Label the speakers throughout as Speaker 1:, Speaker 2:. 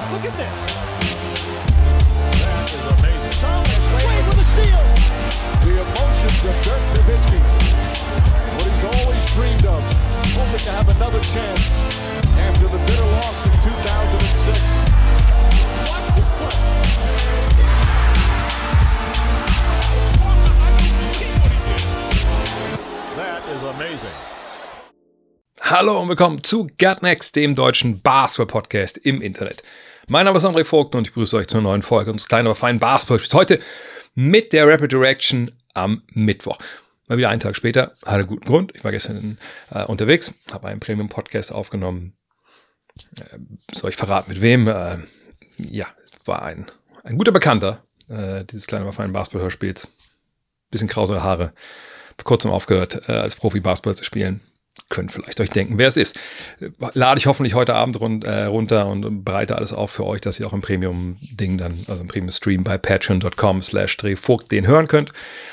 Speaker 1: Look at this. That is amazing. Thomas Wade with a steal. The emotions of Dirk Nowitzki. What he's always dreamed of. Hoping to have another chance after the bitter loss in 2006. Watch this play. That is amazing.
Speaker 2: Hallo und willkommen zu Gut Next, dem deutschen Basketball-Podcast im Internet. Mein Name ist André Vogt und ich begrüße euch zur neuen Folge unseres kleinen, aber feinen Basketball-Spiels. Heute mit der Rapid Reaction am Mittwoch. Mal wieder einen Tag später, hatte einen guten Grund. Ich war gestern unterwegs, habe einen Premium-Podcast aufgenommen. Soll ich verraten, mit wem? War ein guter Bekannter dieses kleinen, aber feinen Basketball-Hörspiels. Bisschen krausere Haare. Vor kurzem aufgehört, als Profi-Basketball zu spielen. Könnt vielleicht euch denken, wer es ist. Lade ich hoffentlich heute Abend runter und bereite alles auf für euch, dass ihr auch im Premium-Ding dann, also im Premium-Stream bei patreon.com/drvogt den hören könnt.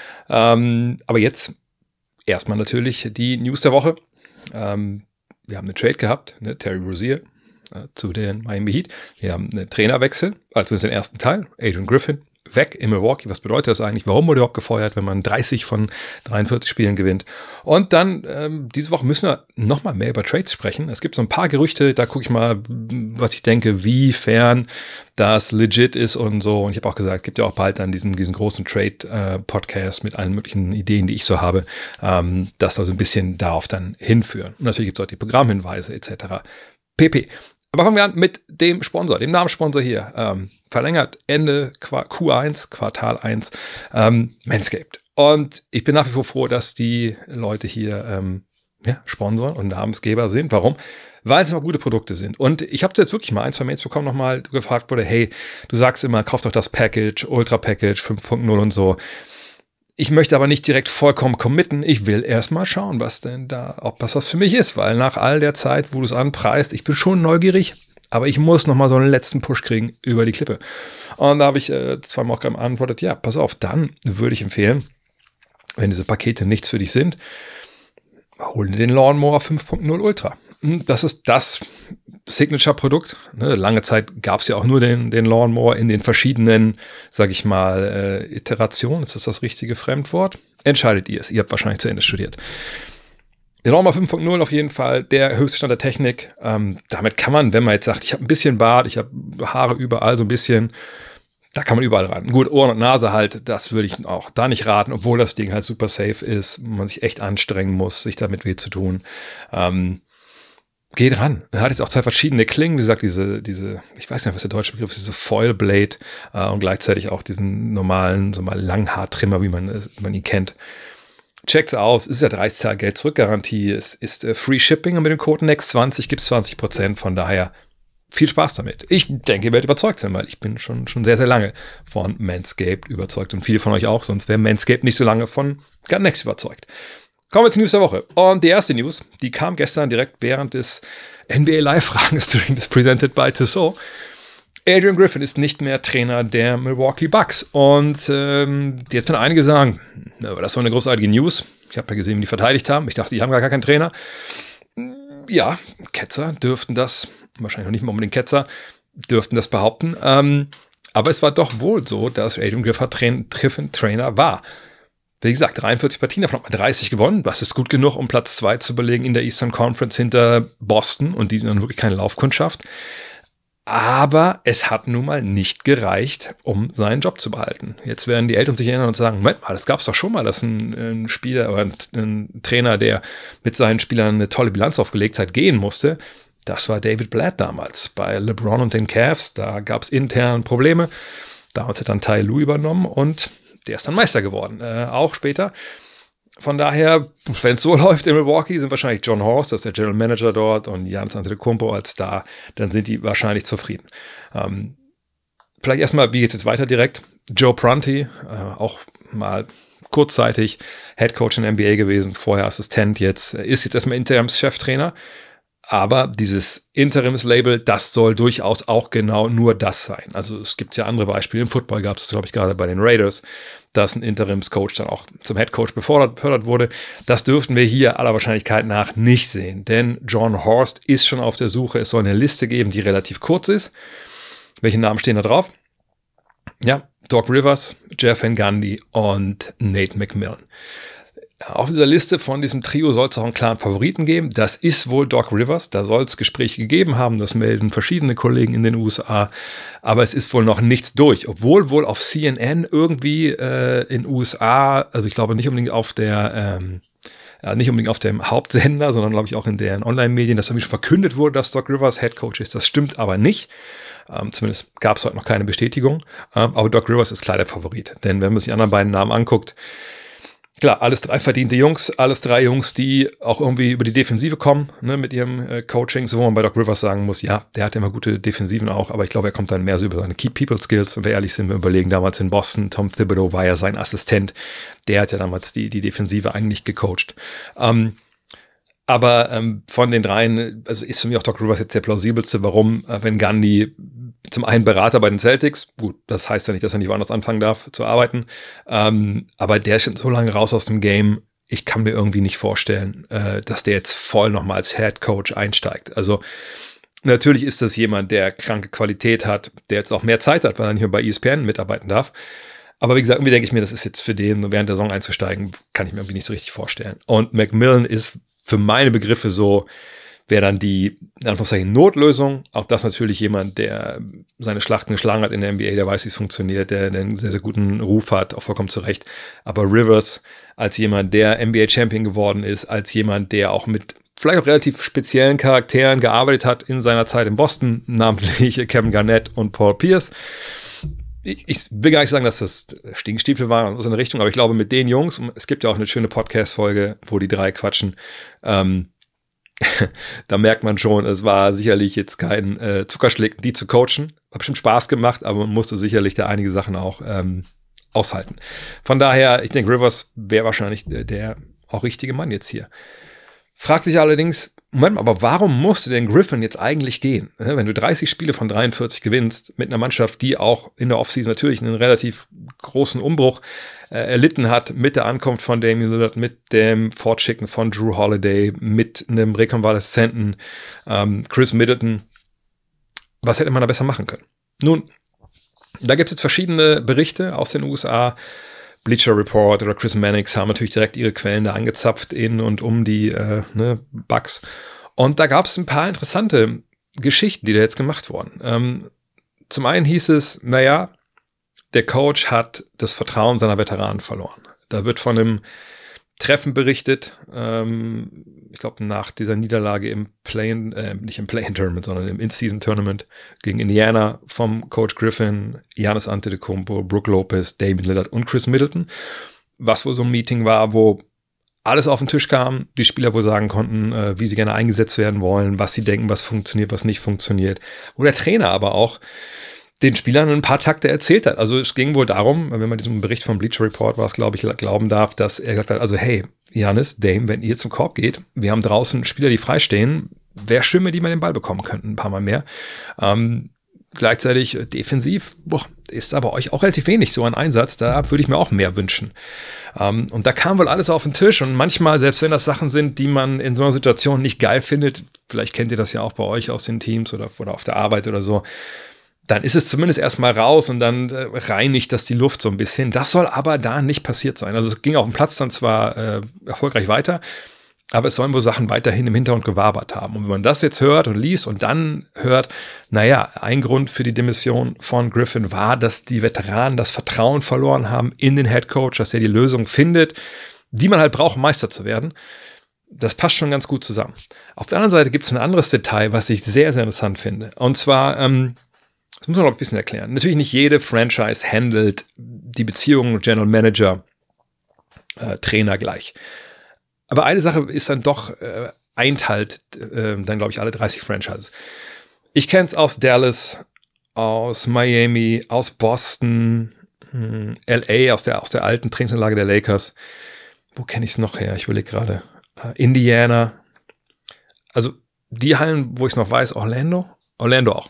Speaker 2: Aber jetzt erstmal natürlich die News der Woche. Wir haben einen Trade gehabt, ne? Terry Rozier zu den Miami Heat. Wir haben einen Trainerwechsel, also den ersten Teil. Adrian Griffin weg in Milwaukee. Was bedeutet das eigentlich? Warum wurde er überhaupt gefeuert, wenn man 30 von 43 Spielen gewinnt? Und dann, diese Woche müssen wir nochmal mehr über Trades sprechen. Es gibt so ein paar Gerüchte, da gucke ich mal, was ich denke, wiefern das legit ist und so. Und ich habe auch gesagt, es gibt ja auch bald dann diesen großen Trade-Podcast mit allen möglichen Ideen, die ich so habe, dass da so ein bisschen darauf dann hinführen. Und natürlich gibt es auch die Programmhinweise etc. pp. Aber fangen wir an mit dem Sponsor, dem Namenssponsor hier. Verlängert Ende Q1, Quartal 1, Manscaped. Und ich bin nach wie vor froh, dass die Leute hier Sponsor und Namensgeber sind. Warum? Weil es immer gute Produkte sind. Und ich habe jetzt wirklich mal 1, 2 Mails bekommen, nochmal gefragt wurde, hey, du sagst immer, kauf doch das Package, Ultra Package 5.0 und so. Ich möchte aber nicht direkt vollkommen committen. Ich will erstmal schauen, ob das was für mich ist, weil nach all der Zeit, wo du es anpreist, ich bin schon neugierig, aber ich muss nochmal so einen letzten Push kriegen über die Klippe. Und da habe ich zweimal auch geantwortet, ja, pass auf, dann würde ich empfehlen, wenn diese Pakete nichts für dich sind, hol dir den Lawnmower 5.0 Ultra. Das ist das Signature-Produkt. Lange Zeit gab es ja auch nur den Lawnmower in den verschiedenen, sag ich mal, Iterationen. Ist das richtige Fremdwort? Entscheidet ihr es. Ihr habt wahrscheinlich zu Ende studiert. Der Lawnmower 5.0 auf jeden Fall, der höchste Stand der Technik. Damit kann man, wenn man jetzt sagt, ich habe ein bisschen Bart, ich habe Haare überall so ein bisschen, da kann man überall ran. Gut, Ohren und Nase halt, das würde ich auch da nicht raten, obwohl das Ding halt super safe ist, man sich echt anstrengen muss, sich damit weh zu tun. Geht ran. Er hat jetzt auch 2 verschiedene Klingen, wie gesagt, diese, ich weiß nicht, was der deutsche Begriff ist, diese Foil Blade und gleichzeitig auch diesen normalen, so mal Langhaartrimmer, wie man ihn kennt. Checkt's aus, es ist ja 30 Tage Geld-Zurück-Garantie, es ist Free Shipping und mit dem Code NEXT20 gibt's 20%, von daher viel Spaß damit. Ich denke, ihr werdet überzeugt sein, weil ich bin schon sehr, sehr lange von Manscaped überzeugt und viele von euch auch, sonst wäre Manscaped nicht so lange von Gut Next überzeugt. Kommen wir zur News der Woche. Und die erste News, die kam gestern direkt während des NBA Live-Fragen-Streams presented by Tissot. Adrian Griffin ist nicht mehr Trainer der Milwaukee Bucks. Und jetzt werden einige sagen, das war eine großartige News. Ich habe ja gesehen, wie die verteidigt haben. Ich dachte, die haben gar keinen Trainer. Ja, Ketzer dürften das, wahrscheinlich noch nicht mal unbedingt Ketzer, dürften das behaupten. Aber es war doch wohl so, dass Adrian Griffin Trainer war. Wie gesagt, 43 Partien, davon hat man 30 gewonnen. Das ist gut genug, um Platz 2 zu belegen in der Eastern Conference hinter Boston. Und die sind dann wirklich keine Laufkundschaft. Aber es hat nun mal nicht gereicht, um seinen Job zu behalten. Jetzt werden die Eltern sich erinnern und sagen, Moment mal, das gab es doch schon mal, dass ein Spieler oder ein Trainer, der mit seinen Spielern eine tolle Bilanz aufgelegt hat, gehen musste. Das war David Blatt damals bei LeBron und den Cavs. Da gab es intern Probleme. Damals hat dann Ty Lue übernommen und der ist dann Meister geworden, auch später. Von daher, wenn es so läuft in Milwaukee, sind wahrscheinlich John Horst, das ist der General Manager dort, und Giannis Antetokounmpo als Star, dann sind die wahrscheinlich zufrieden. Vielleicht erstmal, wie geht's jetzt weiter direkt? Joe Prunty, auch mal kurzzeitig Head Coach in der NBA gewesen, vorher Assistent, ist jetzt erstmal Interims-Cheftrainer. Aber dieses Interims-Label, das soll durchaus auch genau nur das sein. Also es gibt ja andere Beispiele. Im Football gab es, glaube ich, gerade bei den Raiders, dass ein Interims-Coach dann auch zum Head-Coach befördert wurde. Das dürften wir hier aller Wahrscheinlichkeit nach nicht sehen. Denn John Horst ist schon auf der Suche. Es soll eine Liste geben, die relativ kurz ist. Welche Namen stehen da drauf? Ja, Doc Rivers, Jeff Van Gundy und Nate McMillan. Auf dieser Liste von diesem Trio soll es auch einen klaren Favoriten geben. Das ist wohl Doc Rivers. Da soll es Gespräche gegeben haben. Das melden verschiedene Kollegen in den USA. Aber es ist wohl noch nichts durch. Obwohl wohl auf CNN irgendwie in USA, also ich glaube nicht unbedingt auf dem Hauptsender, sondern glaube ich auch in deren Online-Medien, dass irgendwie schon verkündet wurde, dass Doc Rivers Head Coach ist. Das stimmt aber nicht. Zumindest gab es heute noch keine Bestätigung. Aber Doc Rivers ist klar der Favorit. Denn wenn man sich die anderen beiden Namen anguckt, klar, alles 3 verdiente Jungs, alles 3 Jungs, die auch irgendwie über die Defensive kommen, ne, mit ihrem Coaching, so wo man bei Doc Rivers sagen muss, ja, der hat immer gute Defensiven auch, aber ich glaube, er kommt dann mehr so über seine Key-People-Skills. Wenn wir ehrlich sind, wir überlegen, damals in Boston, Tom Thibodeau war ja sein Assistent, der hat ja damals die Defensive eigentlich gecoacht. Aber von den dreien, also ist für mich auch Doc Rivers jetzt der plausibelste. Warum? Wenn Gundy zum einen Berater bei den Celtics, gut, das heißt ja nicht, dass er nicht woanders anfangen darf zu arbeiten, aber der ist schon so lange raus aus dem Game, ich kann mir irgendwie nicht vorstellen, dass der jetzt voll nochmal als Head Coach einsteigt. Also natürlich ist das jemand, der kranke Qualität hat, der jetzt auch mehr Zeit hat, weil er nicht mehr bei ESPN mitarbeiten darf. Aber wie gesagt, irgendwie denke ich mir, das ist jetzt für den, während der Saison einzusteigen, kann ich mir irgendwie nicht so richtig vorstellen. Und McMillan ist für meine Begriffe so, wäre dann die, in Anführungszeichen, Notlösung. Auch das natürlich jemand, der seine Schlachten geschlagen hat in der NBA, der weiß, wie es funktioniert, der einen sehr, sehr guten Ruf hat, auch vollkommen zu Recht. Aber Rivers als jemand, der NBA-Champion geworden ist, als jemand, der auch mit vielleicht auch relativ speziellen Charakteren gearbeitet hat in seiner Zeit in Boston, namentlich Kevin Garnett und Paul Pierce. Ich will gar nicht sagen, dass das Stinkstiefel war in so eine Richtung, aber ich glaube, mit den Jungs, es gibt ja auch eine schöne Podcast-Folge, wo die 3 quatschen, da merkt man schon, es war sicherlich jetzt kein Zuckerschlecken, die zu coachen. Hat bestimmt Spaß gemacht, aber man musste sicherlich da einige Sachen auch aushalten. Von daher, ich denke, Rivers wäre wahrscheinlich der auch richtige Mann jetzt hier. Fragt sich allerdings, Moment, aber warum musste denn Griffin jetzt eigentlich gehen? Wenn du 30 Spiele von 43 gewinnst, mit einer Mannschaft, die auch in der Offseason natürlich einen relativ großen Umbruch erlitten hat, mit der Ankunft von Damian Lillard, mit dem Fortschicken von Drew Holiday, mit einem rekonvaleszenten Chris Middleton. Was hätte man da besser machen können? Nun, da gibt es jetzt verschiedene Berichte aus den USA. Bleacher Report oder Chris Mannix haben natürlich direkt ihre Quellen da angezapft in und um die Bucks. Und da gab es ein paar interessante Geschichten, die da jetzt gemacht wurden. Zum einen hieß es, naja, der Coach hat das Vertrauen seiner Veteranen verloren. Da wird von einem Treffen berichtet, ich glaube nach dieser Niederlage im nicht im Play-In-Tournament, sondern im In-Season-Tournament gegen Indiana vom Coach Griffin, Giannis Antetokounmpo, Brook Lopez, Damian Lillard und Chris Middleton, was wohl so ein Meeting war, wo alles auf den Tisch kam, die Spieler wohl sagen konnten, wie sie gerne eingesetzt werden wollen, was sie denken, was funktioniert, was nicht funktioniert. Wo der Trainer aber auch den Spielern ein paar Takte erzählt hat. Also es ging wohl darum, wenn man diesem Bericht vom Bleacher Report war, glaube ich, glauben darf, dass er gesagt hat, also hey, Giannis, Dame, wenn ihr zum Korb geht, wir haben draußen Spieler, die freistehen, wäre schön, wenn die mal den Ball bekommen könnten, ein paar Mal mehr. Gleichzeitig defensiv ist aber euch auch relativ wenig so ein Einsatz, da würde ich mir auch mehr wünschen. Und da kam wohl alles auf den Tisch und manchmal, selbst wenn das Sachen sind, die man in so einer Situation nicht geil findet, vielleicht kennt ihr das ja auch bei euch aus den Teams oder auf der Arbeit oder so, dann ist es zumindest erstmal raus und dann reinigt das die Luft so ein bisschen. Das soll aber da nicht passiert sein. Also es ging auf dem Platz dann zwar erfolgreich weiter, aber es sollen wohl Sachen weiterhin im Hintergrund gewabert haben. Und wenn man das jetzt hört und liest und dann hört, naja, ein Grund für die Demission von Griffin war, dass die Veteranen das Vertrauen verloren haben in den Headcoach, dass er die Lösung findet, die man halt braucht, um Meister zu werden. Das passt schon ganz gut zusammen. Auf der anderen Seite gibt es ein anderes Detail, was ich sehr, sehr interessant finde. Und zwar, das muss man noch ein bisschen erklären. Natürlich nicht jede Franchise handelt die Beziehungen General Manager, Trainer gleich. Aber eine Sache ist dann doch, einteilt dann, glaube ich, alle 30 Franchises. Ich kenne es aus Dallas, aus Miami, aus Boston, LA, aus der alten Trainingsanlage der Lakers. Wo kenne ich es noch her? Ich überlege gerade. Indiana. Also die Hallen, wo ich es noch weiß, Orlando auch.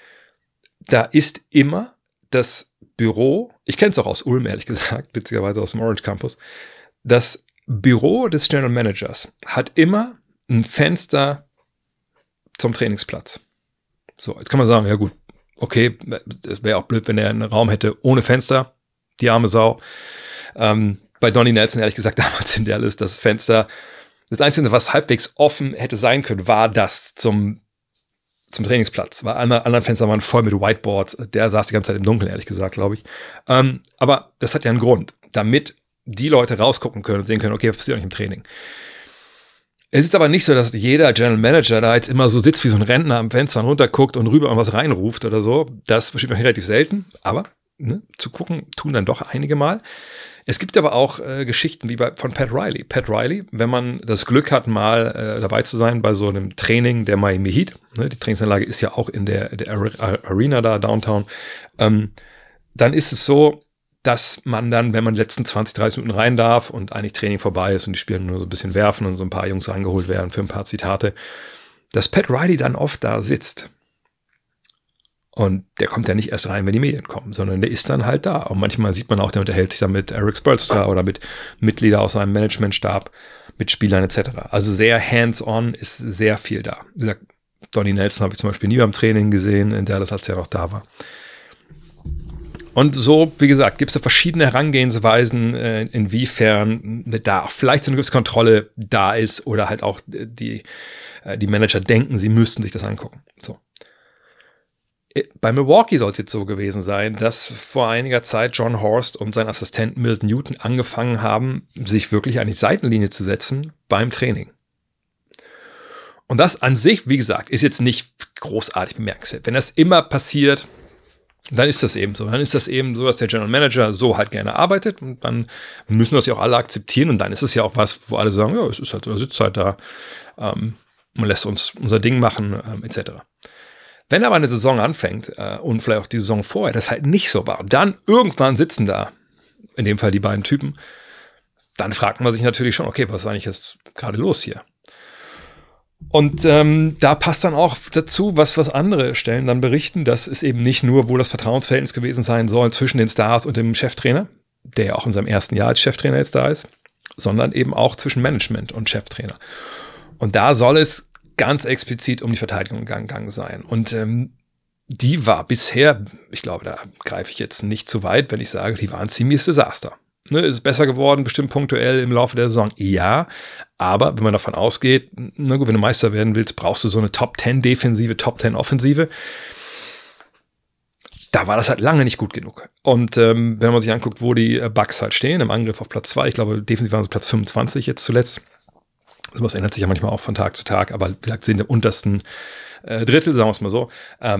Speaker 2: Da ist immer das Büro, ich kenne es auch aus Ulm, ehrlich gesagt, beziehungsweise aus dem Orange Campus, das Büro des General Managers hat immer ein Fenster zum Trainingsplatz. So, jetzt kann man sagen, ja gut, okay, es wäre auch blöd, wenn er einen Raum hätte ohne Fenster, die arme Sau. Bei Donnie Nelson, ehrlich gesagt, damals in Dallas, das Fenster, das Einzige, was halbwegs offen hätte sein können, war das zum Trainingsplatz. Weil alle anderen Fenster waren voll mit Whiteboards. Der saß die ganze Zeit im Dunkeln, ehrlich gesagt, glaube ich. Aber das hat ja einen Grund, damit die Leute rausgucken können und sehen können, okay, was passiert eigentlich im Training. Es ist aber nicht so, dass jeder General Manager da jetzt immer so sitzt wie so ein Rentner am Fenster und runterguckt und rüber was reinruft oder so. Das passiert relativ selten, aber zu gucken tun dann doch einige Mal. Es gibt aber auch Geschichten wie von Pat Riley. Pat Riley, wenn man das Glück hat, mal dabei zu sein bei so einem Training der Miami Heat, die Trainingsanlage ist ja auch in der Arena da, Downtown, dann ist es so, dass man dann, wenn man die letzten 20, 30 Minuten rein darf und eigentlich Training vorbei ist und die Spieler nur so ein bisschen werfen und so ein paar Jungs reingeholt werden für ein paar Zitate, dass Pat Riley dann oft da sitzt. Und der kommt ja nicht erst rein, wenn die Medien kommen, sondern der ist dann halt da. Und manchmal sieht man auch, der unterhält sich dann mit Eric Spoelstra oder mit Mitgliedern aus seinem Managementstab, mit Spielern etc. Also sehr hands-on, ist sehr viel da. Wie gesagt, Donnie Nelson habe ich zum Beispiel nie beim Training gesehen, in Dallas, als er noch da war. Und so, wie gesagt, gibt es da verschiedene Herangehensweisen, inwiefern da vielleicht so eine gewisse Kontrolle da ist oder halt auch die Manager denken, sie müssten sich das angucken. So. Bei Milwaukee soll es jetzt so gewesen sein, dass vor einiger Zeit John Horst und sein Assistent Milton Newton angefangen haben, sich wirklich an die Seitenlinie zu setzen beim Training. Und das an sich, wie gesagt, ist jetzt nicht großartig bemerkenswert. Wenn das immer passiert, dann ist das eben so. Dann ist das eben so, dass der General Manager so halt gerne arbeitet und dann müssen das ja auch alle akzeptieren und dann ist es ja auch was, wo alle sagen, ja, es ist halt, er sitzt halt da, man lässt uns unser Ding machen, etc. Wenn aber eine Saison anfängt und vielleicht auch die Saison vorher das halt nicht so war und dann irgendwann sitzen da, in dem Fall die beiden Typen, dann fragt man sich natürlich schon, okay, was ist eigentlich jetzt gerade los hier? Und da passt dann auch dazu, was andere Stellen dann berichten, dass es eben nicht nur wohl das Vertrauensverhältnis gewesen sein soll zwischen den Stars und dem Cheftrainer, der ja auch in seinem ersten Jahr als Cheftrainer jetzt da ist, sondern eben auch zwischen Management und Cheftrainer. Und da soll es ganz explizit um die Verteidigung gegangen sein. Und die war bisher, ich glaube, da greife ich jetzt nicht zu weit, wenn ich sage, die war ein ziemliches Desaster. Ne, ist besser geworden, bestimmt punktuell im Laufe der Saison, ja, aber wenn man davon ausgeht, na gut, wenn du Meister werden willst, brauchst du so eine Top-10-Defensive, Top-10-Offensive. Da war das halt lange nicht gut genug. Und wenn man sich anguckt, wo die Bucks halt stehen, im Angriff auf Platz 2, ich glaube, defensiv waren sie Platz 25 jetzt zuletzt. Sowas ändert sich ja manchmal auch von Tag zu Tag, aber wie gesagt, sind im untersten Drittel, sagen wir es mal so,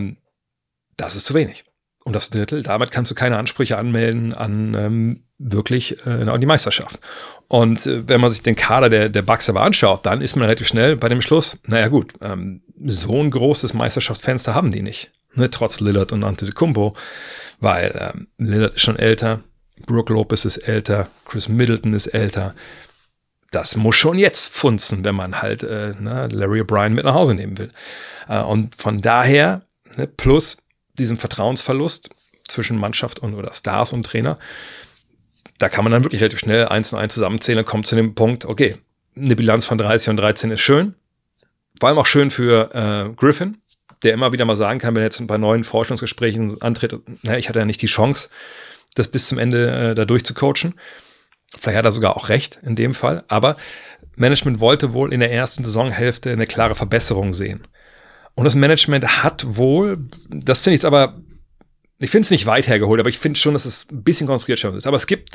Speaker 2: das ist zu wenig. Und das Drittel, damit kannst du keine Ansprüche anmelden an wirklich an die Meisterschaft. Und wenn man sich den Kader der Bucks aber anschaut, dann ist man relativ schnell bei dem Schluss, naja gut, so ein großes Meisterschaftsfenster haben die nicht, ne, trotz Lillard und Antetokounmpo, weil Lillard ist schon älter, Brook Lopez ist älter, Chris Middleton ist älter. Das muss schon jetzt funzen, wenn man halt Larry O'Brien mit nach Hause nehmen will. Und von daher, plus diesem Vertrauensverlust zwischen Mannschaft oder Stars und Trainer, da kann man dann wirklich relativ schnell 1 und 1 zusammenzählen und kommt zu dem Punkt, okay, eine Bilanz von 30 und 13 ist schön. Vor allem auch schön für Griffin, der immer wieder mal sagen kann, wenn er jetzt bei neuen Forschungsgesprächen antritt, ich hatte ja nicht die Chance, das bis zum Ende da durchzucoachen. Vielleicht hat er sogar auch recht in dem Fall, aber Management wollte wohl in der ersten Saisonhälfte eine klare Verbesserung sehen. Und das Management hat wohl, das finde ich aber, ich finde es nicht weit hergeholt, aber ich finde schon, dass es ein bisschen konstruiert schon ist. Aber es gibt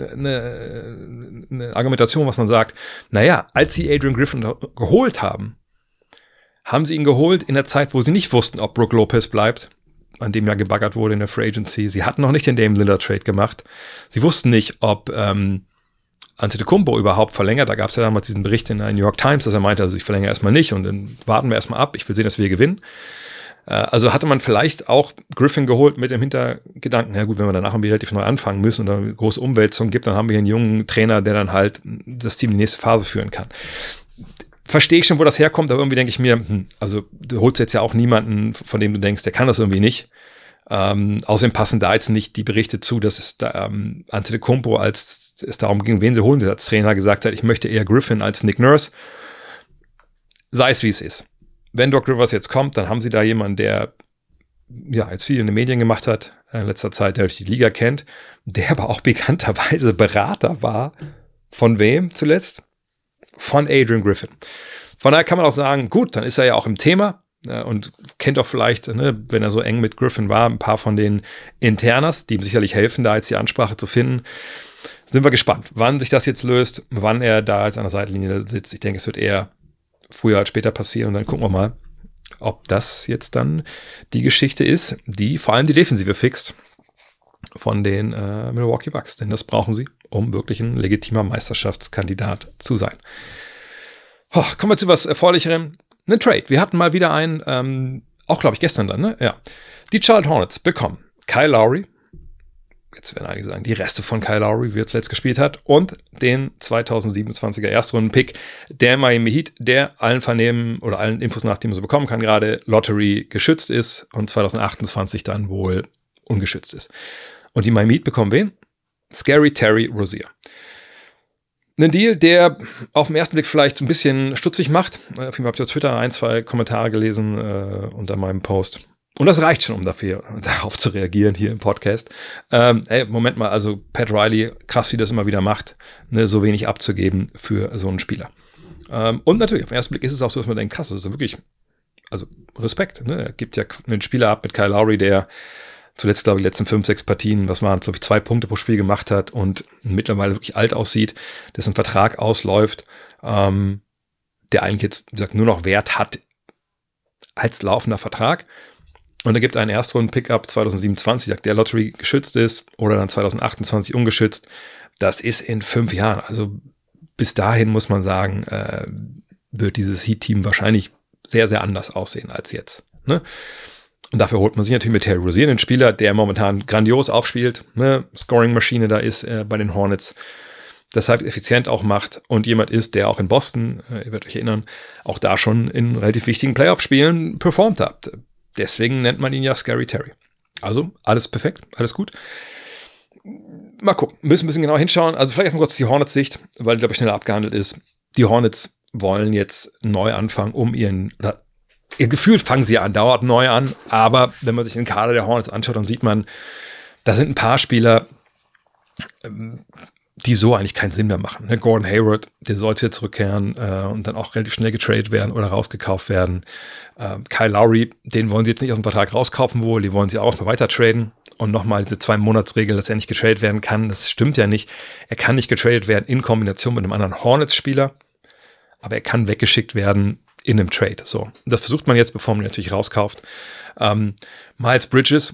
Speaker 2: eine Argumentation, was man sagt, naja, als sie Adrian Griffin geholt haben sie ihn geholt in der Zeit, wo sie nicht wussten, ob Brook Lopez bleibt, an dem ja gebaggert wurde in der Free Agency. Sie hatten noch nicht den Dame Lillard Trade gemacht. Sie wussten nicht, ob Antetokounmpo überhaupt verlängert. Da gab es ja damals diesen Bericht in der New York Times, dass er meinte, also ich verlängere erstmal nicht und dann warten wir erstmal ab. Ich will sehen, dass wir gewinnen. Also hatte man vielleicht auch Griffin geholt mit dem Hintergedanken, ja gut, wenn wir danach irgendwie relativ neu anfangen müssen und eine große Umwälzung gibt, dann haben wir hier einen jungen Trainer, der dann halt das Team in die nächste Phase führen kann. Verstehe ich schon, wo das herkommt, aber irgendwie denke ich mir, also du holst jetzt ja auch niemanden, von dem du denkst, der kann das irgendwie nicht. Außerdem passen da jetzt nicht die Berichte zu, dass es da Antetokounmpo, als es darum ging, wen sie holen, sie als Trainer gesagt hat, ich möchte eher Griffin als Nick Nurse. Sei es wie es ist. Wenn Doc Rivers jetzt kommt, dann haben sie da jemanden, der jetzt viel in den Medien gemacht hat in letzter Zeit, der durch die Liga kennt, der aber auch bekannterweise Berater war. Von wem zuletzt? Von Adrian Griffin. Von daher kann man auch sagen, gut, dann ist er ja auch im Thema und kennt auch vielleicht, wenn er so eng mit Griffin war, ein paar von den Internas, die ihm sicherlich helfen, da jetzt die Ansprache zu finden. Sind wir gespannt, wann sich das jetzt löst, wann er da jetzt an der Seitenlinie sitzt. Ich denke, es wird eher früher als später passieren und dann gucken wir mal, ob das jetzt dann die Geschichte ist, die vor allem die Defensive fixt von den Milwaukee Bucks. Denn das brauchen sie, um wirklich ein legitimer Meisterschaftskandidat zu sein. Kommen wir zu was Erfreulicherem. Einen Trade. Wir hatten mal wieder einen, auch glaube ich gestern dann, ne? Ja. Die Charlotte Hornets bekommen Kyle Lowry. Jetzt werden einige sagen, die Reste von Kyle Lowry, wie er zuletzt gespielt hat, und den 2027er Erstrunden-Pick der Miami Heat, der allen Vernehmen oder allen Infos nach, die man so bekommen kann, gerade Lottery geschützt ist und 2028 dann wohl ungeschützt ist. Und die Miami Heat bekommen wen? Scary Terry Rozier. Ein Deal, der auf den ersten Blick vielleicht ein bisschen stutzig macht. Auf jeden Fall habe ich auf Twitter 1-2 Kommentare gelesen unter meinem Post. Und das reicht schon, um darauf zu reagieren hier im Podcast. Moment mal, also Pat Riley, krass, wie das immer wieder macht, so wenig abzugeben für so einen Spieler. Und natürlich, auf den ersten Blick ist es auch so, dass man denkt, krass, das ist wirklich, also Respekt. Er gibt ja einen Spieler ab mit Kyle Lowry, der zuletzt, glaube ich, die letzten 5-6 Partien, was waren es, glaube ich, 2 Punkte pro Spiel gemacht hat und mittlerweile wirklich alt aussieht, dessen Vertrag ausläuft, der eigentlich jetzt, wie gesagt, nur noch Wert hat als laufender Vertrag. Und er gibt einen Erstrunden-Pickup 2027, sagt, der Lottery geschützt ist, oder dann 2028 ungeschützt. Das ist in 5 Jahren. Also bis dahin muss man sagen, wird dieses Heat-Team wahrscheinlich sehr, sehr anders aussehen als jetzt. Ne? Und dafür holt man sich natürlich mit Terry Rozier einen Spieler, der momentan grandios aufspielt, Scoring-Maschine da ist bei den Hornets, deshalb effizient auch macht und jemand ist, der auch in Boston, ihr werdet euch erinnern, auch da schon in relativ wichtigen Playoff-Spielen performt hat. Deswegen nennt man ihn ja Scary Terry. Also alles perfekt, alles gut. Mal gucken, müssen ein bisschen genau hinschauen. Also vielleicht erstmal kurz die Hornets-Sicht, weil die, glaube ich, schneller abgehandelt ist. Die Hornets wollen jetzt neu anfangen, ihr Gefühl fangen sie ja andauernd neu an, aber wenn man sich den Kader der Hornets anschaut, dann sieht man, da sind ein paar Spieler, die so eigentlich keinen Sinn mehr machen. Gordon Hayward, der sollte jetzt zurückkehren und dann auch relativ schnell getradet werden oder rausgekauft werden. Kyle Lowry, den wollen sie jetzt nicht aus dem Vertrag rauskaufen wohl, die wollen sie auch mal weiter traden. Und nochmal diese 2-Monats-Regel, dass er nicht getradet werden kann, das stimmt ja nicht. Er kann nicht getradet werden in Kombination mit einem anderen Hornets-Spieler, aber er kann weggeschickt werden in einem Trade. So, das versucht man jetzt, bevor man ihn natürlich rauskauft. Miles Bridges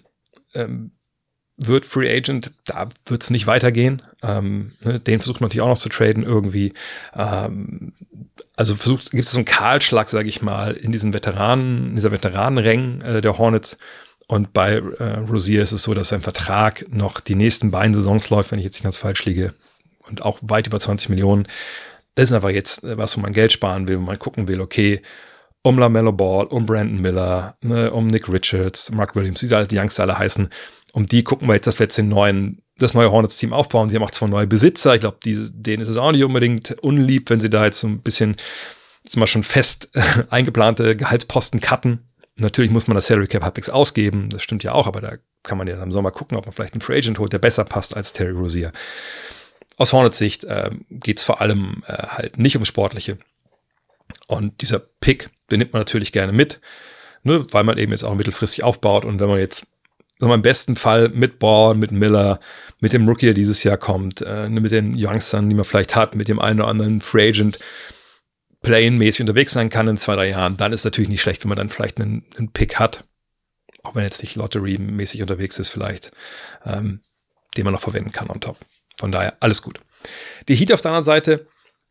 Speaker 2: wird Free Agent, da wird es nicht weitergehen. Den versucht man natürlich auch noch zu traden irgendwie. Also gibt es so einen Kahlschlag, sage ich mal, in dieser Veteranenrängen der Hornets. Und bei Rozier ist es so, dass sein Vertrag noch die nächsten beiden Saisons läuft, wenn ich jetzt nicht ganz falsch liege. Und auch weit über 20 Millionen. Das ist einfach jetzt was, wo man Geld sparen will, wo man gucken will, okay, um LaMelo Ball, um Brandon Miller, um Nick Richards, Mark Williams, die Youngster alle heißen. Um die gucken wir jetzt, dass wir jetzt das neue Hornets-Team aufbauen. Sie haben auch 2 neue Besitzer. Ich glaube, denen ist es auch nicht unbedingt unlieb, wenn sie da jetzt so ein bisschen jetzt mal schon fest eingeplante Gehaltsposten cutten. Natürlich muss man das Salary Cap halbwegs ausgeben. Das stimmt ja auch, aber da kann man ja im Sommer gucken, ob man vielleicht einen Free Agent holt, der besser passt als Terry Rozier. Aus Hornets Sicht geht es vor allem halt nicht ums Sportliche. Und dieser Pick, den nimmt man natürlich gerne mit, ne, weil man eben jetzt auch mittelfristig aufbaut. Und wenn man jetzt im besten Fall mit Ball, mit Miller, mit dem Rookie, der dieses Jahr kommt, mit den Youngstern, die man vielleicht hat, mit dem einen oder anderen Free Agent Play-in-mäßig unterwegs sein kann in 2-3 Jahren, dann ist es natürlich nicht schlecht, wenn man dann vielleicht einen Pick hat, auch wenn er jetzt nicht Lottery-mäßig unterwegs ist vielleicht, den man noch verwenden kann on top. Von daher, alles gut. Die Heat auf der anderen Seite,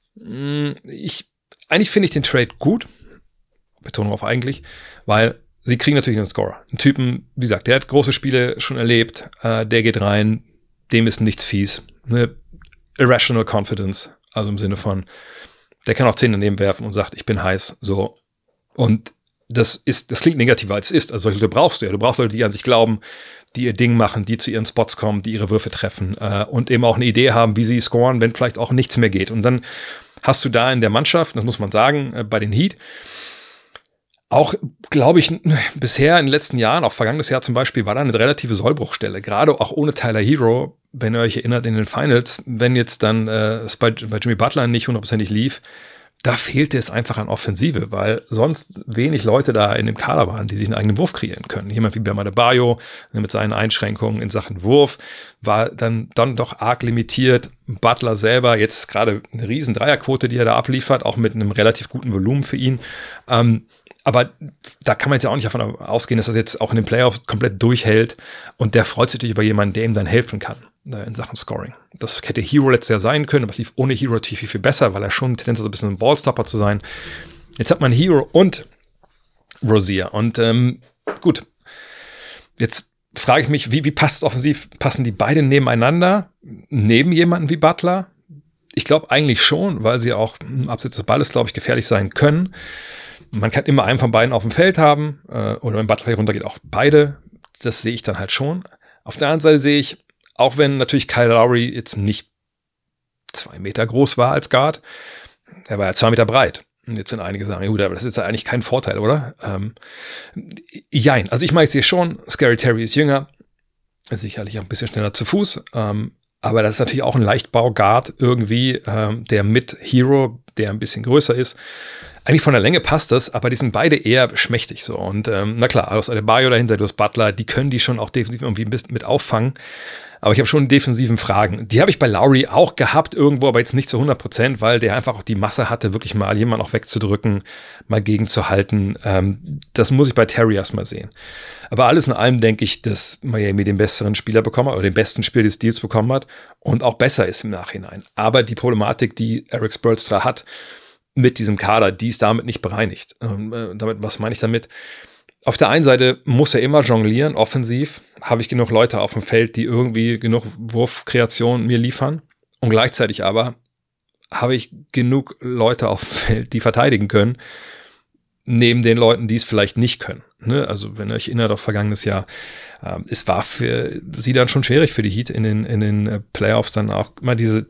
Speaker 2: eigentlich finde ich den Trade gut, Betonung auf eigentlich, weil sie kriegen natürlich einen Scorer. Einen Typen, wie gesagt, der hat große Spiele schon erlebt, der geht rein, dem ist nichts fies. Eine irrational confidence, also im Sinne von, der kann auch 10 daneben werfen und sagt, ich bin heiß, so. Und das klingt negativer als es ist. Also solche Leute brauchst du ja. Du brauchst Leute, die an sich glauben, die ihr Ding machen, die zu ihren Spots kommen, die ihre Würfe treffen und eben auch eine Idee haben, wie sie scoren, wenn vielleicht auch nichts mehr geht. Und dann hast du da in der Mannschaft, das muss man sagen, bei den Heat, Auch, glaube ich, bisher in den letzten Jahren, auch vergangenes Jahr zum Beispiel, war da eine relative Sollbruchstelle. Gerade auch ohne Tyler Hero, wenn ihr euch erinnert, in den Finals, wenn jetzt dann es bei Jimmy Butler nicht 100%ig lief, da fehlte es einfach an Offensive, weil sonst wenig Leute da in dem Kader waren, die sich einen eigenen Wurf kreieren können. Jemand wie Bam Adebayo mit seinen Einschränkungen in Sachen Wurf war dann doch arg limitiert. Butler selber, jetzt gerade eine riesen Dreierquote, die er da abliefert, auch mit einem relativ guten Volumen für ihn. Aber da kann man jetzt ja auch nicht davon ausgehen, dass das jetzt auch in den Playoffs komplett durchhält. Und der freut sich natürlich über jemanden, der ihm dann helfen kann in Sachen Scoring. Das hätte Hero letztes Jahr sein können, aber es lief ohne Hero natürlich viel, viel besser, weil er schon Tendenz hat, so ein bisschen ein Ballstopper zu sein. Jetzt hat man Hero und Rozier. Und gut, jetzt frage ich mich, wie passt offensiv, passen die beiden nebeneinander, neben jemanden wie Butler? Ich glaube eigentlich schon, weil sie auch abseits des Balles, glaube ich, gefährlich sein können. Man kann immer einen von beiden auf dem Feld haben, oder wenn Butler hier runtergeht, auch beide. Das sehe ich dann halt schon. Auf der anderen Seite sehe ich, auch wenn natürlich Kyle Lowry jetzt nicht 2 Meter groß war als Guard, er war ja 2 Meter breit. Und jetzt sind einige sagen, ja gut, aber das ist ja eigentlich kein Vorteil, oder? Jein. Also ich meine, ich sehe schon, Scary Terry ist jünger, ist sicherlich auch ein bisschen schneller zu Fuß, aber das ist natürlich auch ein Leichtbau-Guard irgendwie, der mit Hero, der ein bisschen größer ist. Eigentlich von der Länge passt das, aber die sind beide eher schmächtig so. Und na klar, aus Adebayo dahinter, du hast Butler, die können die schon auch defensiv irgendwie mit auffangen. Aber ich habe schon defensiven Fragen. Die habe ich bei Lowry auch gehabt irgendwo, aber jetzt nicht zu 100%, weil der einfach auch die Masse hatte, wirklich mal jemanden auch wegzudrücken, mal gegenzuhalten. Das muss ich bei Terry erstmal sehen. Aber alles in allem denke ich, dass Miami den besseren Spieler bekommen hat oder den besten Spieler des Deals bekommen hat und auch besser ist im Nachhinein. Aber die Problematik, die Erik Spoelstra hat mit diesem Kader, die ist damit nicht bereinigt. Was meine ich damit? Auf der einen Seite muss er immer jonglieren, offensiv. Habe ich genug Leute auf dem Feld, die irgendwie genug Wurfkreation mir liefern. Und gleichzeitig aber habe ich genug Leute auf dem Feld, die verteidigen können, neben den Leuten, die es vielleicht nicht können. Ne? Also wenn ihr euch erinnert, auf vergangenes Jahr, es war für sie dann schon schwierig für die Heat in den Playoffs dann auch immer diese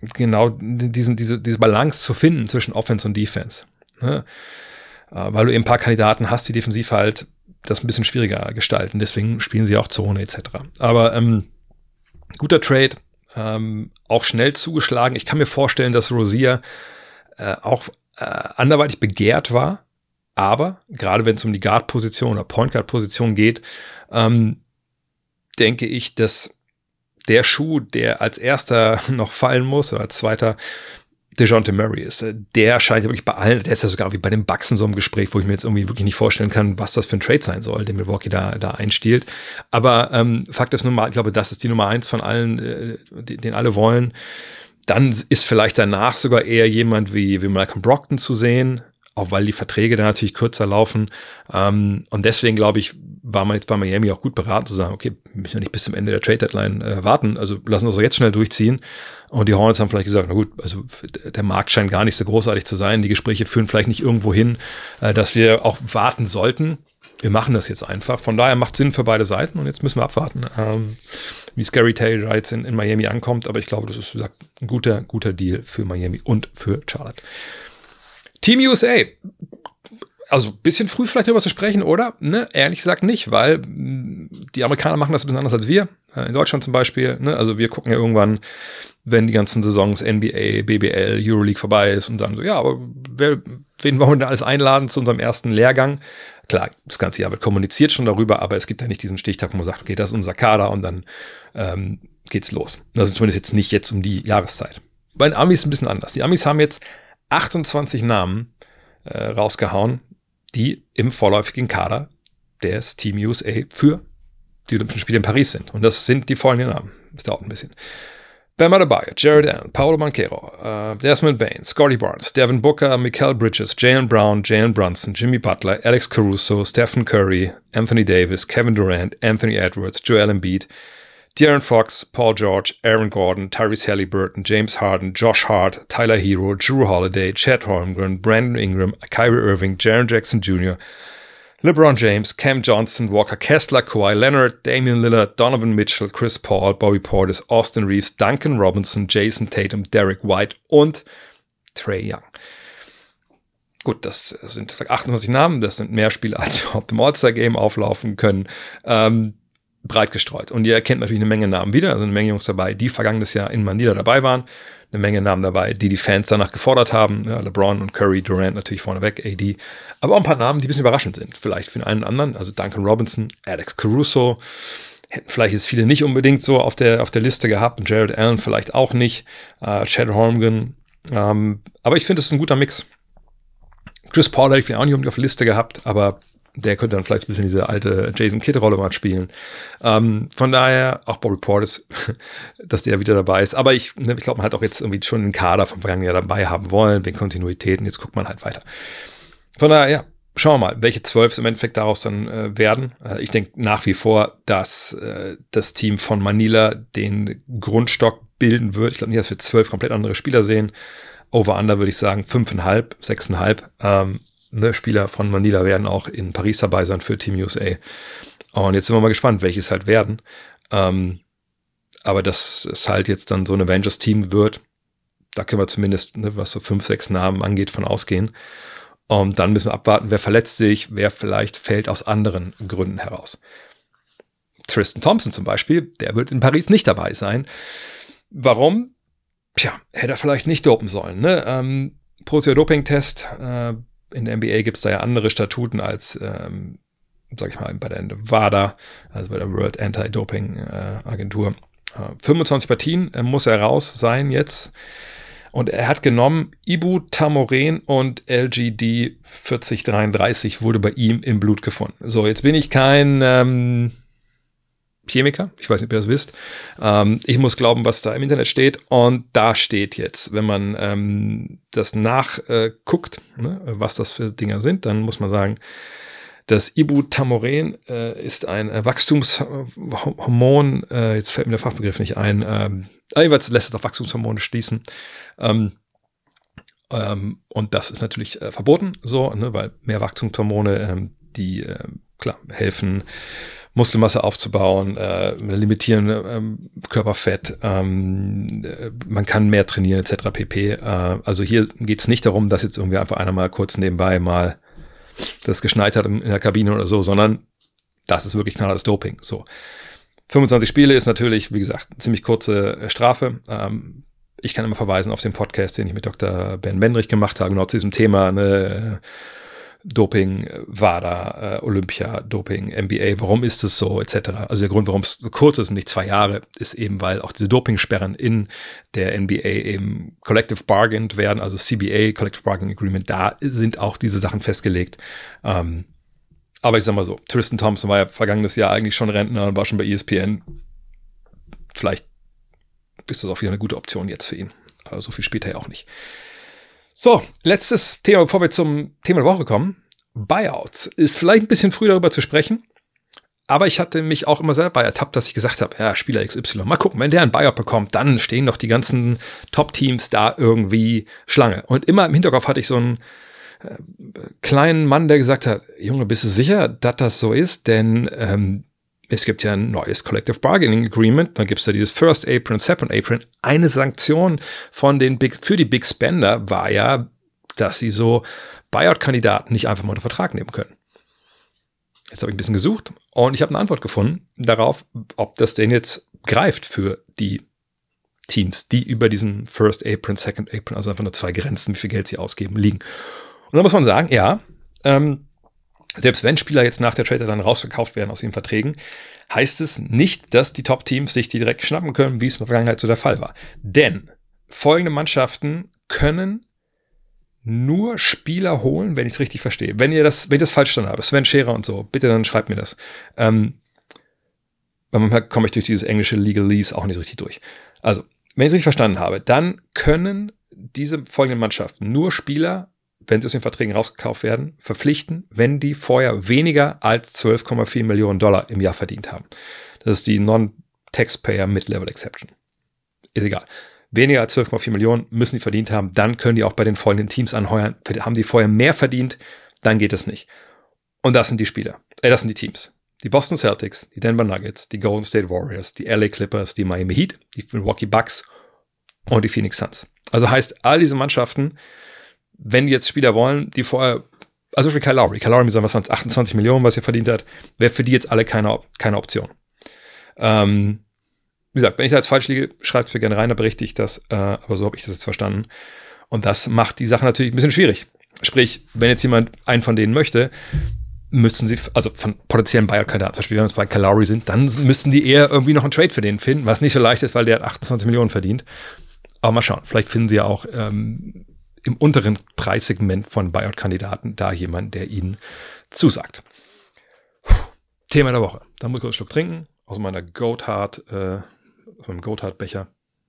Speaker 2: Balance zu finden zwischen Offense und Defense. Ne? Weil du eben ein paar Kandidaten hast, die defensiv halt das ein bisschen schwieriger gestalten. Deswegen spielen sie auch Zone etc. Aber guter Trade, auch schnell zugeschlagen. Ich kann mir vorstellen, dass Rozier auch anderweitig begehrt war. Aber gerade wenn es um die Guard-Position oder Point-Guard-Position geht, denke ich, dass der Schuh, der als erster noch fallen muss oder als zweiter, DeJounte Murray ist. Der scheint ja wirklich bei allen, der ist ja sogar wie bei den Bucks in so einem Gespräch, wo ich mir jetzt irgendwie wirklich nicht vorstellen kann, was das für ein Trade sein soll, den Milwaukee da einstiehlt. Aber Fakt ist nun mal, ich glaube, das ist die Nummer 1 von allen, den alle wollen. Dann ist vielleicht danach sogar eher jemand wie Malcolm Brogdon zu sehen, auch weil die Verträge dann natürlich kürzer laufen. Und deswegen, glaube ich, war man jetzt bei Miami auch gut beraten zu sagen, okay, wir müssen ja nicht bis zum Ende der Trade-Deadline warten, also lassen wir es jetzt schnell durchziehen. Und die Hornets haben vielleicht gesagt, na gut, also der Markt scheint gar nicht so großartig zu sein. Die Gespräche führen vielleicht nicht irgendwo hin, dass wir auch warten sollten. Wir machen das jetzt einfach. Von daher macht Sinn für beide Seiten und jetzt müssen wir abwarten, wie Scary Terry jetzt in Miami ankommt. Aber ich glaube, das ist, wie gesagt, ein guter Deal für Miami und für Charlotte. Team USA. Also ein bisschen früh vielleicht darüber zu sprechen, oder? Ne? Ehrlich gesagt nicht, weil die Amerikaner machen das ein bisschen anders als wir. In Deutschland zum Beispiel. Ne? Also wir gucken ja irgendwann, wenn die ganzen Saisons NBA, BBL, Euroleague vorbei ist und dann so, ja, aber wen wollen wir denn alles einladen zu unserem ersten Lehrgang? Klar, das ganze Jahr wird kommuniziert schon darüber, aber es gibt ja nicht diesen Stichtag, wo man sagt, okay, das ist unser Kader und dann geht's los. Also zumindest jetzt nicht jetzt um die Jahreszeit. Bei den Amis ist es ein bisschen anders. Die Amis haben jetzt 28 Namen rausgehauen, die im vorläufigen Kader des Team USA für die Olympischen Spiele in Paris sind. Und das sind die folgenden Namen. Das dauert ein bisschen. Bam Adebayo, Jared Allen, Paolo Banchero, Desmond Bane, Scotty Barnes, Devin Booker, Mikal Bridges, Jaylen Brown, Jalen Brunson, Jimmy Butler, Alex Caruso, Stephen Curry, Anthony Davis, Kevin Durant, Anthony Edwards, Joel Embiid, De'Aaron Fox, Paul George, Aaron Gordon, Tyrese Halliburton, James Harden, Josh Hart, Tyler Hero, Jrue Holiday, Chet Holmgren, Brandon Ingram, Kyrie Irving, Jaren Jackson Jr., LeBron James, Cam Johnson, Walker Kessler, Kawhi Leonard, Damian Lillard, Donovan Mitchell, Chris Paul, Bobby Portis, Austin Reeves, Duncan Robinson, Jason Tatum, Derek White und Trae Young. Gut, das sind 28 Namen, das sind mehr Spieler, als überhaupt im All-Star-Game auflaufen können. Breit gestreut. Und ihr erkennt natürlich eine Menge Namen wieder, also eine Menge Jungs dabei, die vergangenes Jahr in Manila dabei waren. Eine Menge Namen dabei, die Fans danach gefordert haben. Ja, LeBron und Curry, Durant natürlich vorneweg, AD. Aber auch ein paar Namen, die ein bisschen überraschend sind. Vielleicht für den einen oder anderen. Also Duncan Robinson, Alex Caruso. Hätten vielleicht jetzt viele nicht unbedingt so auf der Liste gehabt. Und Jared Allen vielleicht auch nicht. Chad Holmgren. Aber ich finde, es ist ein guter Mix. Chris Paul hätte ich vielleicht auch nicht unbedingt auf der Liste gehabt, aber der könnte dann vielleicht ein bisschen diese alte Jason Kidd-Rolle mal spielen. Von daher auch Bobby Portis, dass der wieder dabei ist. Aber ich glaube, man hat auch jetzt irgendwie schon den Kader vom vergangenen Jahr dabei haben wollen, wegen Kontinuität. Und jetzt guckt man halt weiter. Von daher, ja, schauen wir mal, welche 12 es im Endeffekt daraus dann werden. Ich denke nach wie vor, dass das Team von Manila den Grundstock bilden wird. Ich glaube nicht, dass wir 12 komplett andere Spieler sehen. Over-Under würde ich sagen 5,5, 6,5. Spieler von Manila werden auch in Paris dabei sein für Team USA. Und jetzt sind wir mal gespannt, welches halt werden. Aber dass es halt jetzt dann so ein Avengers-Team wird, da können wir zumindest, was so 5, 6 Namen angeht, von ausgehen. Und dann müssen wir abwarten, wer verletzt sich, wer vielleicht fällt aus anderen Gründen heraus. Tristan Thompson zum Beispiel, der wird in Paris nicht dabei sein. Warum? Tja, hätte er vielleicht nicht dopen sollen. Ne? Pro-Doping-Test, in der NBA gibt es da ja andere Statuten als, sag ich mal, bei der WADA, also bei der World Anti-Doping-Agentur. 25 Partien muss er raus sein jetzt. Und er hat genommen, Ibutamoren und LGD 4033 wurde bei ihm im Blut gefunden. So, jetzt bin ich kein Chemiker, ich weiß nicht, ob ihr das wisst. Ich muss glauben, was da im Internet steht. Und da steht jetzt, wenn man das nachguckt, was das für Dinger sind, dann muss man sagen, das Ibutamoren ist ein Wachstumshormon. Jetzt fällt mir der Fachbegriff nicht ein. Jedenfalls lässt es auf Wachstumshormone schließen. Und das ist natürlich verboten, so, weil mehr Wachstumshormone, die klar helfen, Muskelmasse aufzubauen, limitieren Körperfett, man kann mehr trainieren etc. pp. Also hier geht es nicht darum, dass jetzt irgendwie einfach einer mal kurz nebenbei mal das geschneit hat in der Kabine oder so, sondern das ist wirklich knallhartes Doping. So. 25 Spiele ist natürlich, wie gesagt, eine ziemlich kurze Strafe. Ich kann immer verweisen auf den Podcast, den ich mit Dr. Ben Bendrich gemacht habe, genau zu diesem Thema, Doping, WADA, Olympia, Doping, NBA, warum ist es so, etc. Also der Grund, warum es so kurz ist und nicht 2 Jahre, ist eben, weil auch diese Dopingsperren in der NBA eben collective bargained werden, also CBA, Collective Bargaining Agreement, da sind auch diese Sachen festgelegt. Aber ich sag mal so, Tristan Thompson war ja vergangenes Jahr eigentlich schon Rentner und war schon bei ESPN. Vielleicht ist das auch wieder eine gute Option jetzt für ihn. Aber so viel später ja auch nicht. So, letztes Thema, bevor wir zum Thema der Woche kommen. Buyouts. Ist vielleicht ein bisschen früh darüber zu sprechen, aber ich hatte mich auch immer selber ertappt, dass ich gesagt habe, ja, Spieler XY, mal gucken, wenn der einen Buyout bekommt, dann stehen doch die ganzen Top-Teams da irgendwie Schlange. Und immer im Hinterkopf hatte ich so einen kleinen Mann, der gesagt hat, Junge, bist du sicher, dass das so ist? Denn es gibt ja ein neues Collective Bargaining Agreement, dann gibt es ja dieses First Apron, Second Apron. Eine Sanktion für die Big Spender war ja, dass sie so Buyout-Kandidaten nicht einfach mal unter Vertrag nehmen können. Jetzt habe ich ein bisschen gesucht und ich habe eine Antwort gefunden darauf, ob das denn jetzt greift für die Teams, die über diesen First Apron, Second Apron, also einfach nur 2 Grenzen, wie viel Geld sie ausgeben, liegen. Und da muss man sagen, ja, selbst wenn Spieler jetzt nach der Trade dann rausverkauft werden aus ihren Verträgen, heißt es nicht, dass die Top-Teams sich die direkt schnappen können, wie es in der Vergangenheit so der Fall war. Denn folgende Mannschaften können nur Spieler holen, wenn ich es richtig verstehe. Wenn ich das falsch verstanden habe, Sven Scherer und so, bitte dann schreibt mir das. Weil manchmal komme ich durch dieses englische Legalese auch nicht so richtig durch. Also, wenn ich es richtig verstanden habe, dann können diese folgenden Mannschaften nur Spieler, wenn sie aus den Verträgen rausgekauft werden, verpflichten, wenn die vorher weniger als $12,4 Millionen im Jahr verdient haben. Das ist die Non-Taxpayer Mid-Level Exception. Ist egal. Weniger als 12,4 Millionen müssen die verdient haben, dann können die auch bei den folgenden Teams anheuern. Haben die vorher mehr verdient, dann geht es nicht. Und das sind die Spieler. Das sind die Teams. Die Boston Celtics, die Denver Nuggets, die Golden State Warriors, die LA Clippers, die Miami Heat, die Milwaukee Bucks und die Phoenix Suns. Also heißt, all diese Mannschaften, wenn die jetzt Spieler wollen, die vorher, also für Kyle Lowry, was waren es, 28 Millionen, was er verdient hat, wäre für die jetzt alle keine Option. Wie gesagt, wenn ich da jetzt falsch liege, schreibt es mir gerne rein, da berichte ich das, aber so habe ich das jetzt verstanden. Und das macht die Sache natürlich ein bisschen schwierig. Sprich, wenn jetzt jemand einen von denen möchte, müssten sie, also von potenziellen Buyout-Kandidaten, zum Beispiel, wenn wir jetzt bei Kyle Lowry sind, dann müssten die eher irgendwie noch einen Trade für den finden, was nicht so leicht ist, weil der hat 28 Millionen verdient. Aber mal schauen, vielleicht finden sie ja auch im unteren Preissegment von Buyout-Kandidaten da jemanden, der ihnen zusagt. Thema der Woche. Da muss ich kurz einen Schluck trinken, aus meiner Goathard-Becher.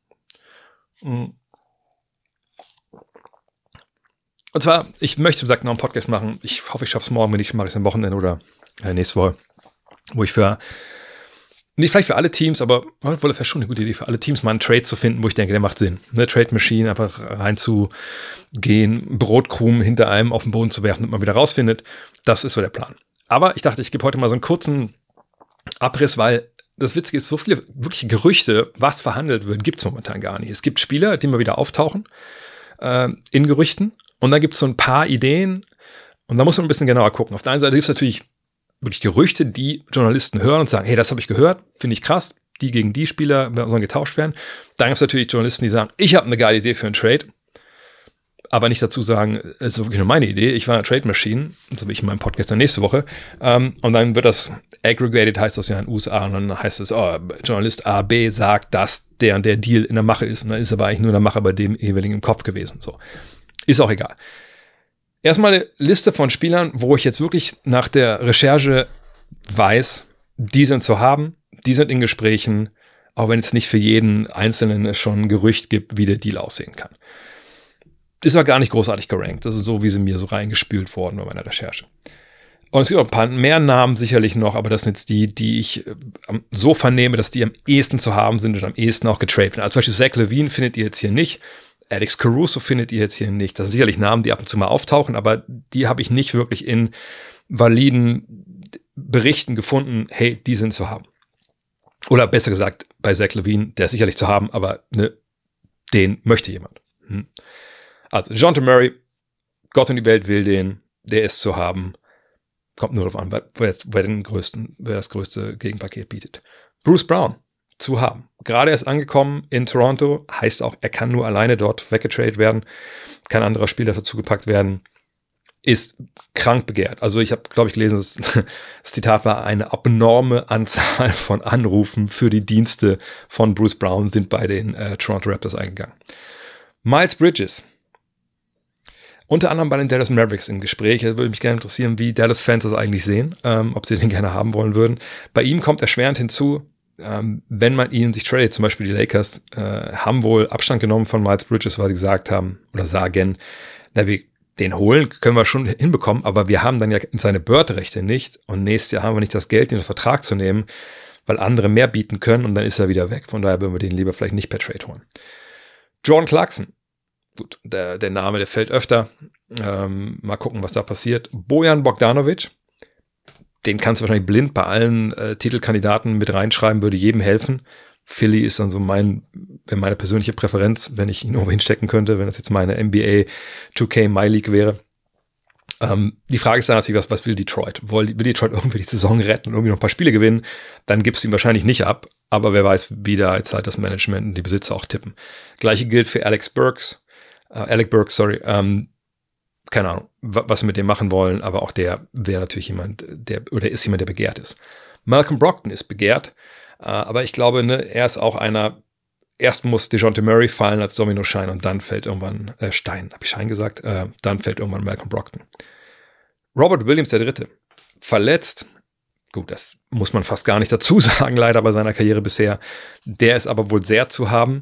Speaker 2: Und zwar, ich möchte, wie gesagt, noch einen Podcast machen. Ich hoffe, ich schaffe es morgen, wenn nicht, mache ich es am Wochenende oder nächste Woche, wo ich nicht vielleicht für alle Teams, aber wohl vielleicht schon eine gute Idee, für alle Teams mal einen Trade zu finden, wo ich denke, der macht Sinn. Eine Trade Machine, einfach reinzugehen, Brotkrumen hinter einem auf den Boden zu werfen und man wieder rausfindet. Das ist so der Plan. Aber ich dachte, ich gebe heute mal so einen kurzen Abriss, weil das Witzige ist, so viele wirkliche Gerüchte, was verhandelt wird, gibt es momentan gar nicht. Es gibt Spieler, die mal wieder auftauchen in Gerüchten. Und da gibt es so ein paar Ideen und da muss man ein bisschen genauer gucken. Auf der einen Seite gibt es natürlich wirklich Gerüchte, die Journalisten hören und sagen, hey, das habe ich gehört, finde ich krass, die gegen die Spieler sollen getauscht werden. Dann gibt es natürlich Journalisten, die sagen, ich habe eine geile Idee für einen Trade, aber nicht dazu sagen, es ist wirklich nur meine Idee, ich war eine Trade Machine, so wie ich in meinem Podcast dann nächste Woche. Und dann wird das aggregated, heißt das ja in den USA, und dann heißt es, Journalist A, B sagt, dass der und der Deal in der Mache ist. Und dann ist aber eigentlich nur der Mache bei dem jeweiligen im Kopf gewesen. So. Ist auch egal. Erstmal eine Liste von Spielern, wo ich jetzt wirklich nach der Recherche weiß, die sind zu haben, die sind in Gesprächen, auch wenn es nicht für jeden Einzelnen schon ein Gerücht gibt, wie der Deal aussehen kann. Ist aber gar nicht großartig gerankt. Das ist so, wie sie mir so reingespült wurden bei meiner Recherche. Und es gibt auch ein paar mehr Namen sicherlich noch, aber das sind jetzt die ich so vernehme, dass die am ehesten zu haben sind und am ehesten auch getradet werden. Also zum Beispiel Zach LaVine findet ihr jetzt hier nicht. Alex Caruso findet ihr jetzt hier nicht. Das sind sicherlich Namen, die ab und zu mal auftauchen, aber die habe ich nicht wirklich in validen Berichten gefunden, hey, die sind zu haben. Oder besser gesagt, bei Zach LaVine, der ist sicherlich zu haben, aber den möchte jemand. Also DeJounte Murray, Gott und die Welt will den, der ist zu haben. Kommt nur darauf an, wer das größte Gegenpaket bietet. Bruce Brown, zu haben. Gerade erst angekommen in Toronto, heißt auch, er kann nur alleine dort weggetradet werden, kein anderer Spieler dazu gepackt werden, ist krank begehrt. Also ich habe, glaube ich, gelesen, das Zitat war, eine abnorme Anzahl von Anrufen für die Dienste von Bruce Brown sind bei den Toronto Raptors eingegangen. Miles Bridges, unter anderem bei den Dallas Mavericks im Gespräch. Da würde mich gerne interessieren, wie Dallas-Fans das eigentlich sehen, ob sie den gerne haben wollen würden. Bei ihm kommt erschwerend hinzu, wenn man ihn sich tradet, zum Beispiel die Lakers, haben wohl Abstand genommen von Miles Bridges, weil sie gesagt haben, oder sagen, wir den holen, können wir schon hinbekommen, aber wir haben dann ja seine Bird-Rechte nicht und nächstes Jahr haben wir nicht das Geld, den Vertrag zu nehmen, weil andere mehr bieten können und dann ist er wieder weg. Von daher würden wir den lieber vielleicht nicht per Trade holen. Jordan Clarkson, gut, der Name, der fällt öfter. Mal gucken, was da passiert. Bojan Bogdanovic, den kannst du wahrscheinlich blind bei allen Titelkandidaten mit reinschreiben, würde jedem helfen. Philly ist dann so meine persönliche Präferenz, wenn ich ihn irgendwo hinstecken könnte, wenn das jetzt meine NBA 2K My League wäre. Die Frage ist dann natürlich, was will Detroit? Will Detroit irgendwie die Saison retten und irgendwie noch ein paar Spiele gewinnen? Dann gibst du ihn wahrscheinlich nicht ab, aber wer weiß, wie da jetzt halt das Management und die Besitzer auch tippen. Gleiche gilt für Alec Burks, keine Ahnung, was sie mit dem machen wollen, aber auch der wäre natürlich jemand, der begehrt ist. Malcolm Brogdon ist begehrt, aber ich glaube, er ist auch einer, erst muss DeJounte Murray fallen als Dominostein und dann fällt irgendwann Stein, habe ich Schein gesagt, dann fällt irgendwann Malcolm Brogdon. Robert Williams III. Verletzt, gut, das muss man fast gar nicht dazu sagen, leider bei seiner Karriere bisher, der ist aber wohl sehr zu haben.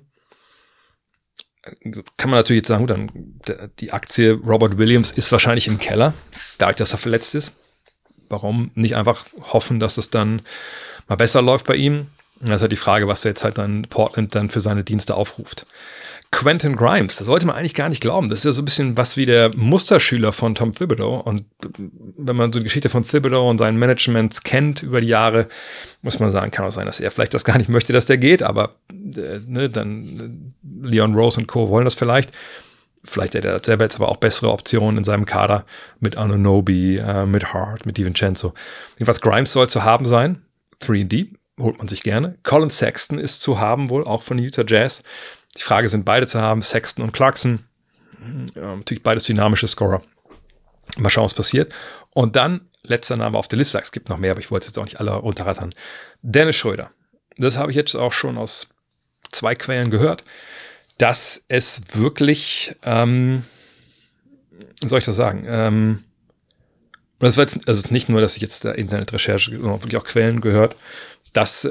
Speaker 2: Kann man natürlich jetzt sagen, dann die Aktie Robert Williams ist wahrscheinlich im Keller, dadurch, dass er verletzt ist. Warum nicht einfach hoffen, dass es dann mal besser läuft bei ihm? Das ist halt die Frage, was jetzt halt dann Portland dann für seine Dienste aufruft. Quentin Grimes, das sollte man eigentlich gar nicht glauben. Das ist ja so ein bisschen was wie der Musterschüler von Tom Thibodeau. Und wenn man so die Geschichte von Thibodeau und seinen Managements kennt über die Jahre, muss man sagen, kann auch sein, dass er vielleicht das gar nicht möchte, dass der geht. Aber dann Leon Rose und Co. wollen das vielleicht. Vielleicht hätte er selber jetzt aber auch bessere Optionen in seinem Kader mit Anunoby, mit Hart, mit DiVincenzo. Jedenfalls Grimes soll zu haben sein. 3&D holt man sich gerne. Colin Sexton ist zu haben wohl, auch von Utah Jazz. Die Frage, sind beide zu haben, Sexton und Clarkson. Natürlich beides dynamische Scorer. Mal schauen, was passiert. Und dann, letzter Name auf der Liste, es gibt noch mehr, aber ich wollte jetzt auch nicht alle runterrattern. Dennis Schröder. Das habe ich jetzt auch schon aus 2 Quellen gehört, dass es wirklich, wie soll ich das sagen, das war jetzt, also nicht nur, dass ich jetzt da Internetrecherche, sondern wirklich auch Quellen gehört, dass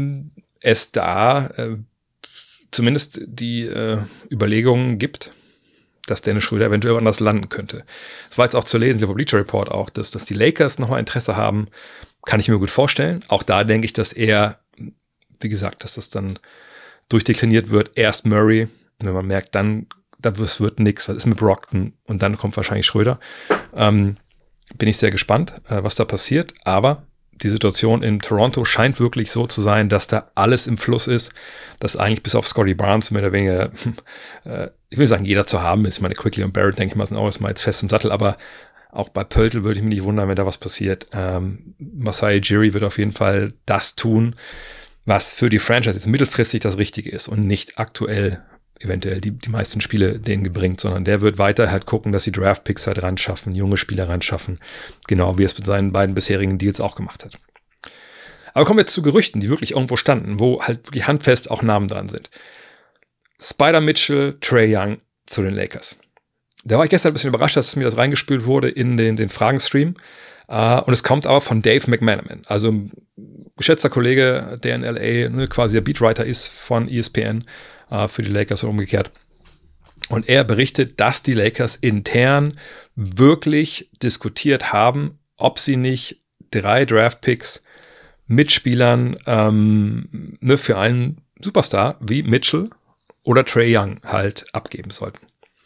Speaker 2: es da zumindest die Überlegungen gibt, dass Dennis Schröder eventuell anders landen könnte. Das war jetzt auch zu lesen, der Bleacher Report auch, dass die Lakers nochmal Interesse haben, kann ich mir gut vorstellen. Auch da denke ich, dass er, wie gesagt, dass das dann durchdekliniert wird, erst Murray, und wenn man merkt, dann wird nichts, was ist mit Brockton, und dann kommt wahrscheinlich Schröder. Bin ich sehr gespannt, was da passiert, aber die Situation in Toronto scheint wirklich so zu sein, dass da alles im Fluss ist, dass eigentlich bis auf Scotty Barnes mehr oder weniger, ich will sagen, jeder zu haben ist. Ich meine, Quickly und Barrett, denke ich mal, sind auch erstmal jetzt fest im Sattel, aber auch bei Pöltl würde ich mich nicht wundern, wenn da was passiert. Masai Ujiri wird auf jeden Fall das tun, was für die Franchise jetzt mittelfristig das Richtige ist und nicht aktuell eventuell die meisten Spiele denen bringt, sondern der wird weiter halt gucken, dass die Draft-Picks halt ran schaffen, junge Spieler ran schaffen, genau wie er es mit seinen beiden bisherigen Deals auch gemacht hat. Aber kommen wir jetzt zu Gerüchten, die wirklich irgendwo standen, wo halt wirklich handfest auch Namen dran sind. Spider Mitchell, Trae Young zu den Lakers. Da war ich gestern ein bisschen überrascht, dass mir das reingespült wurde in den Fragenstream. Und es kommt aber von Dave McManaman, also ein geschätzter Kollege, der in LA quasi der Beatwriter ist von ESPN für die Lakers und umgekehrt. Und er berichtet, dass die Lakers intern wirklich diskutiert haben, ob sie nicht 3 Draftpicks mit Spielern für einen Superstar wie Mitchell oder Trae Young halt abgeben sollten.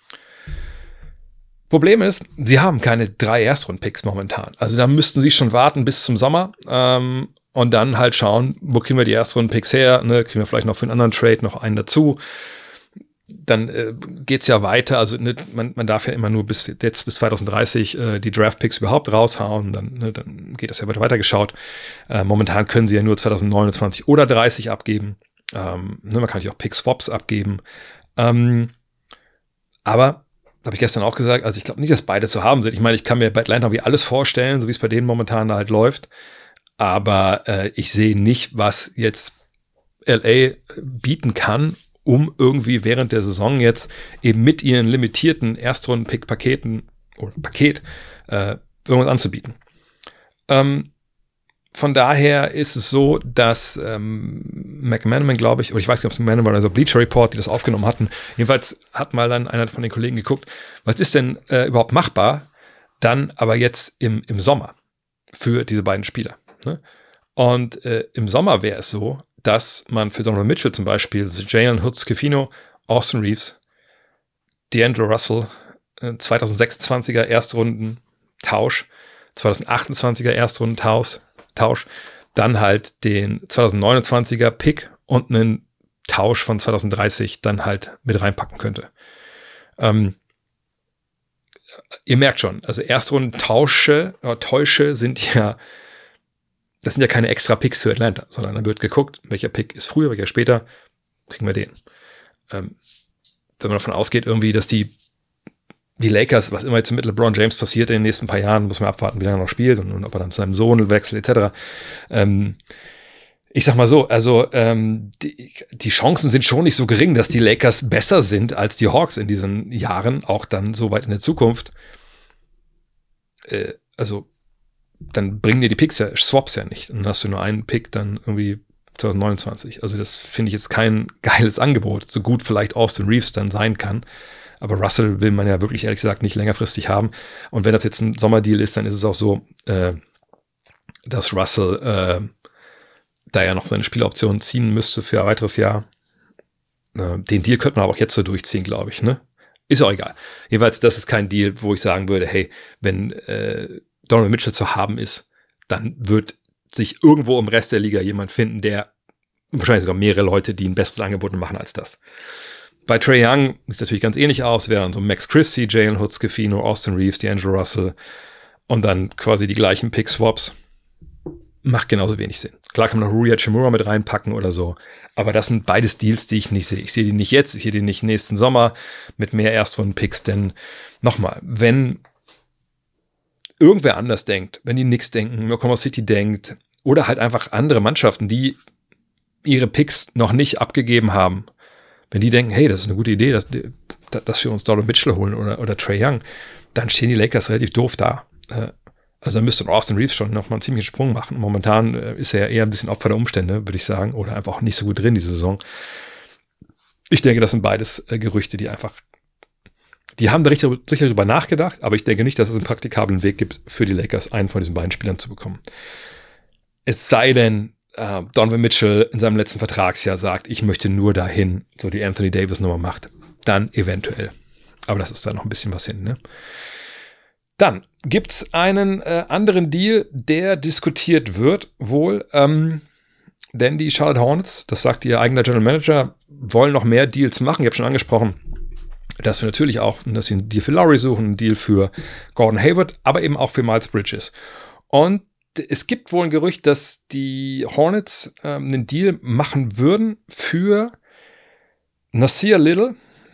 Speaker 2: Problem ist, sie haben keine 3 Erstrunden-Picks momentan. Also da müssten sie schon warten bis zum Sommer und dann halt schauen, wo kriegen wir die Erstrunden-Picks her, ne? Kriegen wir vielleicht noch für einen anderen Trade noch einen dazu. Dann geht's ja weiter, also man darf ja immer nur bis 2030 die Draft-Picks überhaupt raushauen, dann geht das ja weiter geschaut. Momentan können sie ja nur 2029 oder 30 abgeben. Man kann natürlich auch Pick-Swaps abgeben. Aber habe ich gestern auch gesagt, also ich glaube nicht, dass beide zu haben sind. Ich meine, ich kann mir bei Atlanta wie alles vorstellen, so wie es bei denen momentan halt läuft. Aber ich sehe nicht, was jetzt LA bieten kann, um irgendwie während der Saison jetzt eben mit ihren limitierten Erstrunden-Pick-Paketen oder Paket irgendwas anzubieten. Von daher ist es so, dass McManaman, glaube ich, oder ich weiß nicht, ob es McManaman war, also Bleacher Report, die das aufgenommen hatten. Jedenfalls hat mal dann einer von den Kollegen geguckt, was ist denn überhaupt machbar, dann aber jetzt im Sommer für diese beiden Spieler. Ne? Und im Sommer wäre es so, dass man für Donovan Mitchell zum Beispiel Jalen Hurts-Skeffino, Austin Reeves, D'Angelo Russell, 2026er Erstrunden-Tausch, 2028er Erstrunden-Tausch, dann halt den 2029er Pick und einen Tausch von 2030 dann halt mit reinpacken könnte. Ihr merkt schon, also Erstrunden-Täusche sind ja keine extra Picks für Atlanta, sondern dann wird geguckt, welcher Pick ist früher, welcher später, kriegen wir den. Wenn man davon ausgeht irgendwie, dass die Lakers, was immer jetzt mit LeBron James passiert in den nächsten paar Jahren, muss man abwarten, wie lange er noch spielt und ob er dann zu seinem Sohn wechselt, etc. Ich sag mal so, also die Chancen sind schon nicht so gering, dass die Lakers besser sind als die Hawks in diesen Jahren, auch dann so weit in der Zukunft. Also dann bringen dir die Picks ja, Swaps ja nicht. Und dann hast du nur einen Pick dann irgendwie 2029. Also das finde ich jetzt kein geiles Angebot, so gut vielleicht Austin Reeves dann sein kann. Aber Russell will man ja wirklich, ehrlich gesagt, nicht längerfristig haben. Und wenn das jetzt ein Sommerdeal ist, dann ist es auch so, dass Russell da ja noch seine Spieloption ziehen müsste für ein weiteres Jahr. Den Deal könnte man aber auch jetzt so durchziehen, glaube ich. Ne? Ist auch egal. Jedenfalls, das ist kein Deal, wo ich sagen würde, hey, wenn Donovan Mitchell zu haben ist, dann wird sich irgendwo im Rest der Liga jemand finden, der wahrscheinlich sogar mehrere Leute, die ein besseres Angebot machen als das. Bei Trae Young sieht es natürlich ganz ähnlich aus. Wäre dann so Max Christie, Jalen Hood-Schifino, Austin Reeves, D'Angelo Russell und dann quasi die gleichen Pick-Swaps. Macht genauso wenig Sinn. Klar kann man noch Rui Hachimura mit reinpacken oder so. Aber das sind beides Deals, die ich nicht sehe. Ich sehe die nicht jetzt, ich sehe die nicht nächsten Sommer mit mehr Erstrunden-Picks. Denn nochmal, wenn irgendwer anders denkt, wenn die Knicks denken, Oklahoma City denkt oder halt einfach andere Mannschaften, die ihre Picks noch nicht abgegeben haben, wenn die denken, hey, das ist eine gute Idee, dass wir uns Donovan Mitchell holen oder Trae Young, dann stehen die Lakers relativ doof da. Also da müsste Austin Reeves schon noch mal einen ziemlichen Sprung machen. Momentan ist er eher ein bisschen Opfer der Umstände, würde ich sagen, oder einfach auch nicht so gut drin diese Saison. Ich denke, das sind beides Gerüchte, die haben da sicher drüber nachgedacht, aber ich denke nicht, dass es einen praktikablen Weg gibt für die Lakers, einen von diesen beiden Spielern zu bekommen. Es sei denn, Donovan Mitchell in seinem letzten Vertragsjahr sagt, ich möchte nur dahin, so die Anthony Davis Nummer macht, dann eventuell. Aber das ist da noch ein bisschen was hin, ne? Dann gibt es einen anderen Deal, der diskutiert wird wohl, denn die Charlotte Hornets, das sagt ihr eigener General Manager, wollen noch mehr Deals machen. Ich habe schon angesprochen, dass wir natürlich auch, dass sie einen Deal für Lowry suchen, einen Deal für Gordon Hayward, aber eben auch für Miles Bridges. Und es gibt wohl ein Gerücht, dass die Hornets einen Deal machen würden für Nasir Little,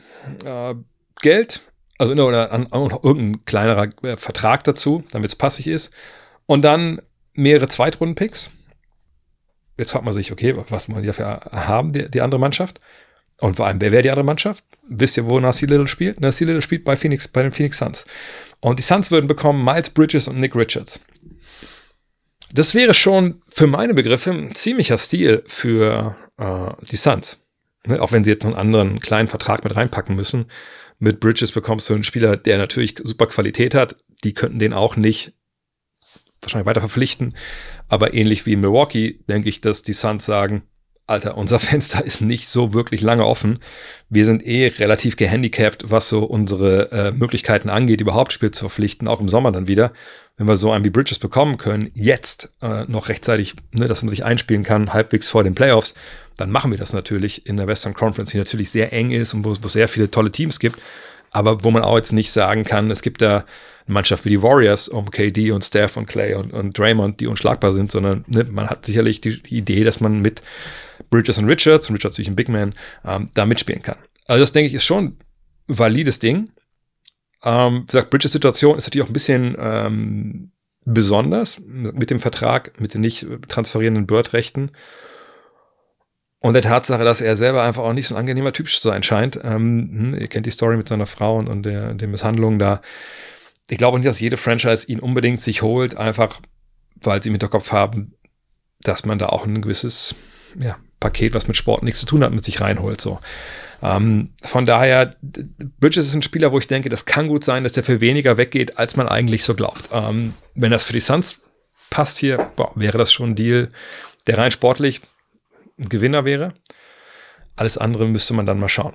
Speaker 2: Geld, also oder irgendein kleinerer Vertrag dazu, damit es passig ist, und dann mehrere Zweitrunden-Picks. Jetzt fragt man sich, okay, was wollen die dafür haben, die andere Mannschaft? Und vor allem, wer wäre die andere Mannschaft? Wisst ihr, wo Nasir Little spielt? Nasir Little spielt bei den Phoenix Suns. Und die Suns würden bekommen Miles Bridges und Nick Richards. Das wäre schon für meine Begriffe ein ziemlicher Stil für die Suns. Ne? Auch wenn sie jetzt noch einen anderen kleinen Vertrag mit reinpacken müssen. Mit Bridges bekommst du einen Spieler, der natürlich super Qualität hat. Die könnten den auch nicht wahrscheinlich weiter verpflichten. Aber ähnlich wie in Milwaukee denke ich, dass die Suns sagen, Alter, unser Fenster ist nicht so wirklich lange offen. Wir sind relativ gehandicapt, was so unsere Möglichkeiten angeht, überhaupt Spiel zu verpflichten, auch im Sommer dann wieder. Wenn wir so einen wie Bridges bekommen können, jetzt noch rechtzeitig, ne, dass man sich einspielen kann, halbwegs vor den Playoffs, dann machen wir das natürlich in der Western Conference, die natürlich sehr eng ist und wo es sehr viele tolle Teams gibt, aber wo man auch jetzt nicht sagen kann, es gibt da eine Mannschaft wie die Warriors um KD und Steph und Clay und Draymond, die unschlagbar sind, sondern ne, man hat sicherlich die Idee, dass man mit Bridges und Richards natürlich ein Big Man, da mitspielen kann. Also das, denke ich, ist schon ein valides Ding. Wie gesagt, Bridges Situation ist natürlich auch ein bisschen besonders mit dem Vertrag, mit den nicht transferierenden Bird-Rechten und der Tatsache, dass er selber einfach auch nicht so ein angenehmer Typ zu sein scheint. Ihr kennt die Story mit seiner Frau und der Misshandlung da. Ich glaube nicht, dass jede Franchise ihn unbedingt sich holt, einfach weil sie im Hinterkopf haben, dass man da auch ein gewisses Paket, was mit Sport nichts zu tun hat, mit sich reinholt. So. Von daher, Bridges ist ein Spieler, wo ich denke, das kann gut sein, dass der für weniger weggeht, als man eigentlich so glaubt. Wenn das für die Suns passt hier, wäre das schon ein Deal, der rein sportlich ein Gewinner wäre. Alles andere müsste man dann mal schauen.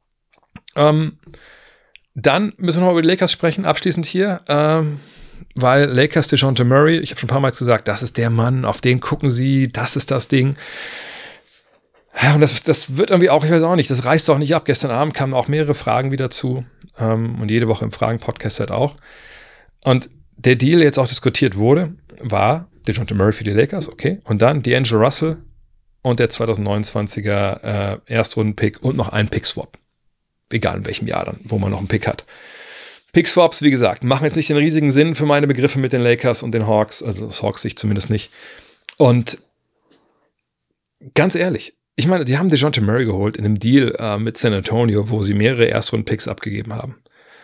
Speaker 2: Dann müssen wir noch über die Lakers sprechen, abschließend hier, weil Lakers DeJounte Murray, ich habe schon ein paar Mal gesagt, das ist der Mann, auf den gucken sie, das ist das Ding. Ja, und das wird irgendwie auch, ich weiß auch nicht, das reißt auch nicht ab. Gestern Abend kamen auch mehrere Fragen wieder zu und jede Woche im Fragen-Podcast halt auch. Und der Deal, der jetzt auch diskutiert wurde, war DeJounte Murray für die Lakers, okay, und dann D'Angelo Russell und der 2029er Erstrunden-Pick und noch ein Pick-Swap. Egal in welchem Jahr dann, wo man noch einen Pick hat. Pick-Swaps, wie gesagt, machen jetzt nicht den riesigen Sinn für meine Begriffe mit den Lakers und den Hawks, also das Hawks-Sicht zumindest nicht. Und ganz ehrlich, ich meine, die haben DeJounte Murray geholt in einem Deal mit San Antonio, wo sie mehrere Erstrunden-Picks abgegeben haben.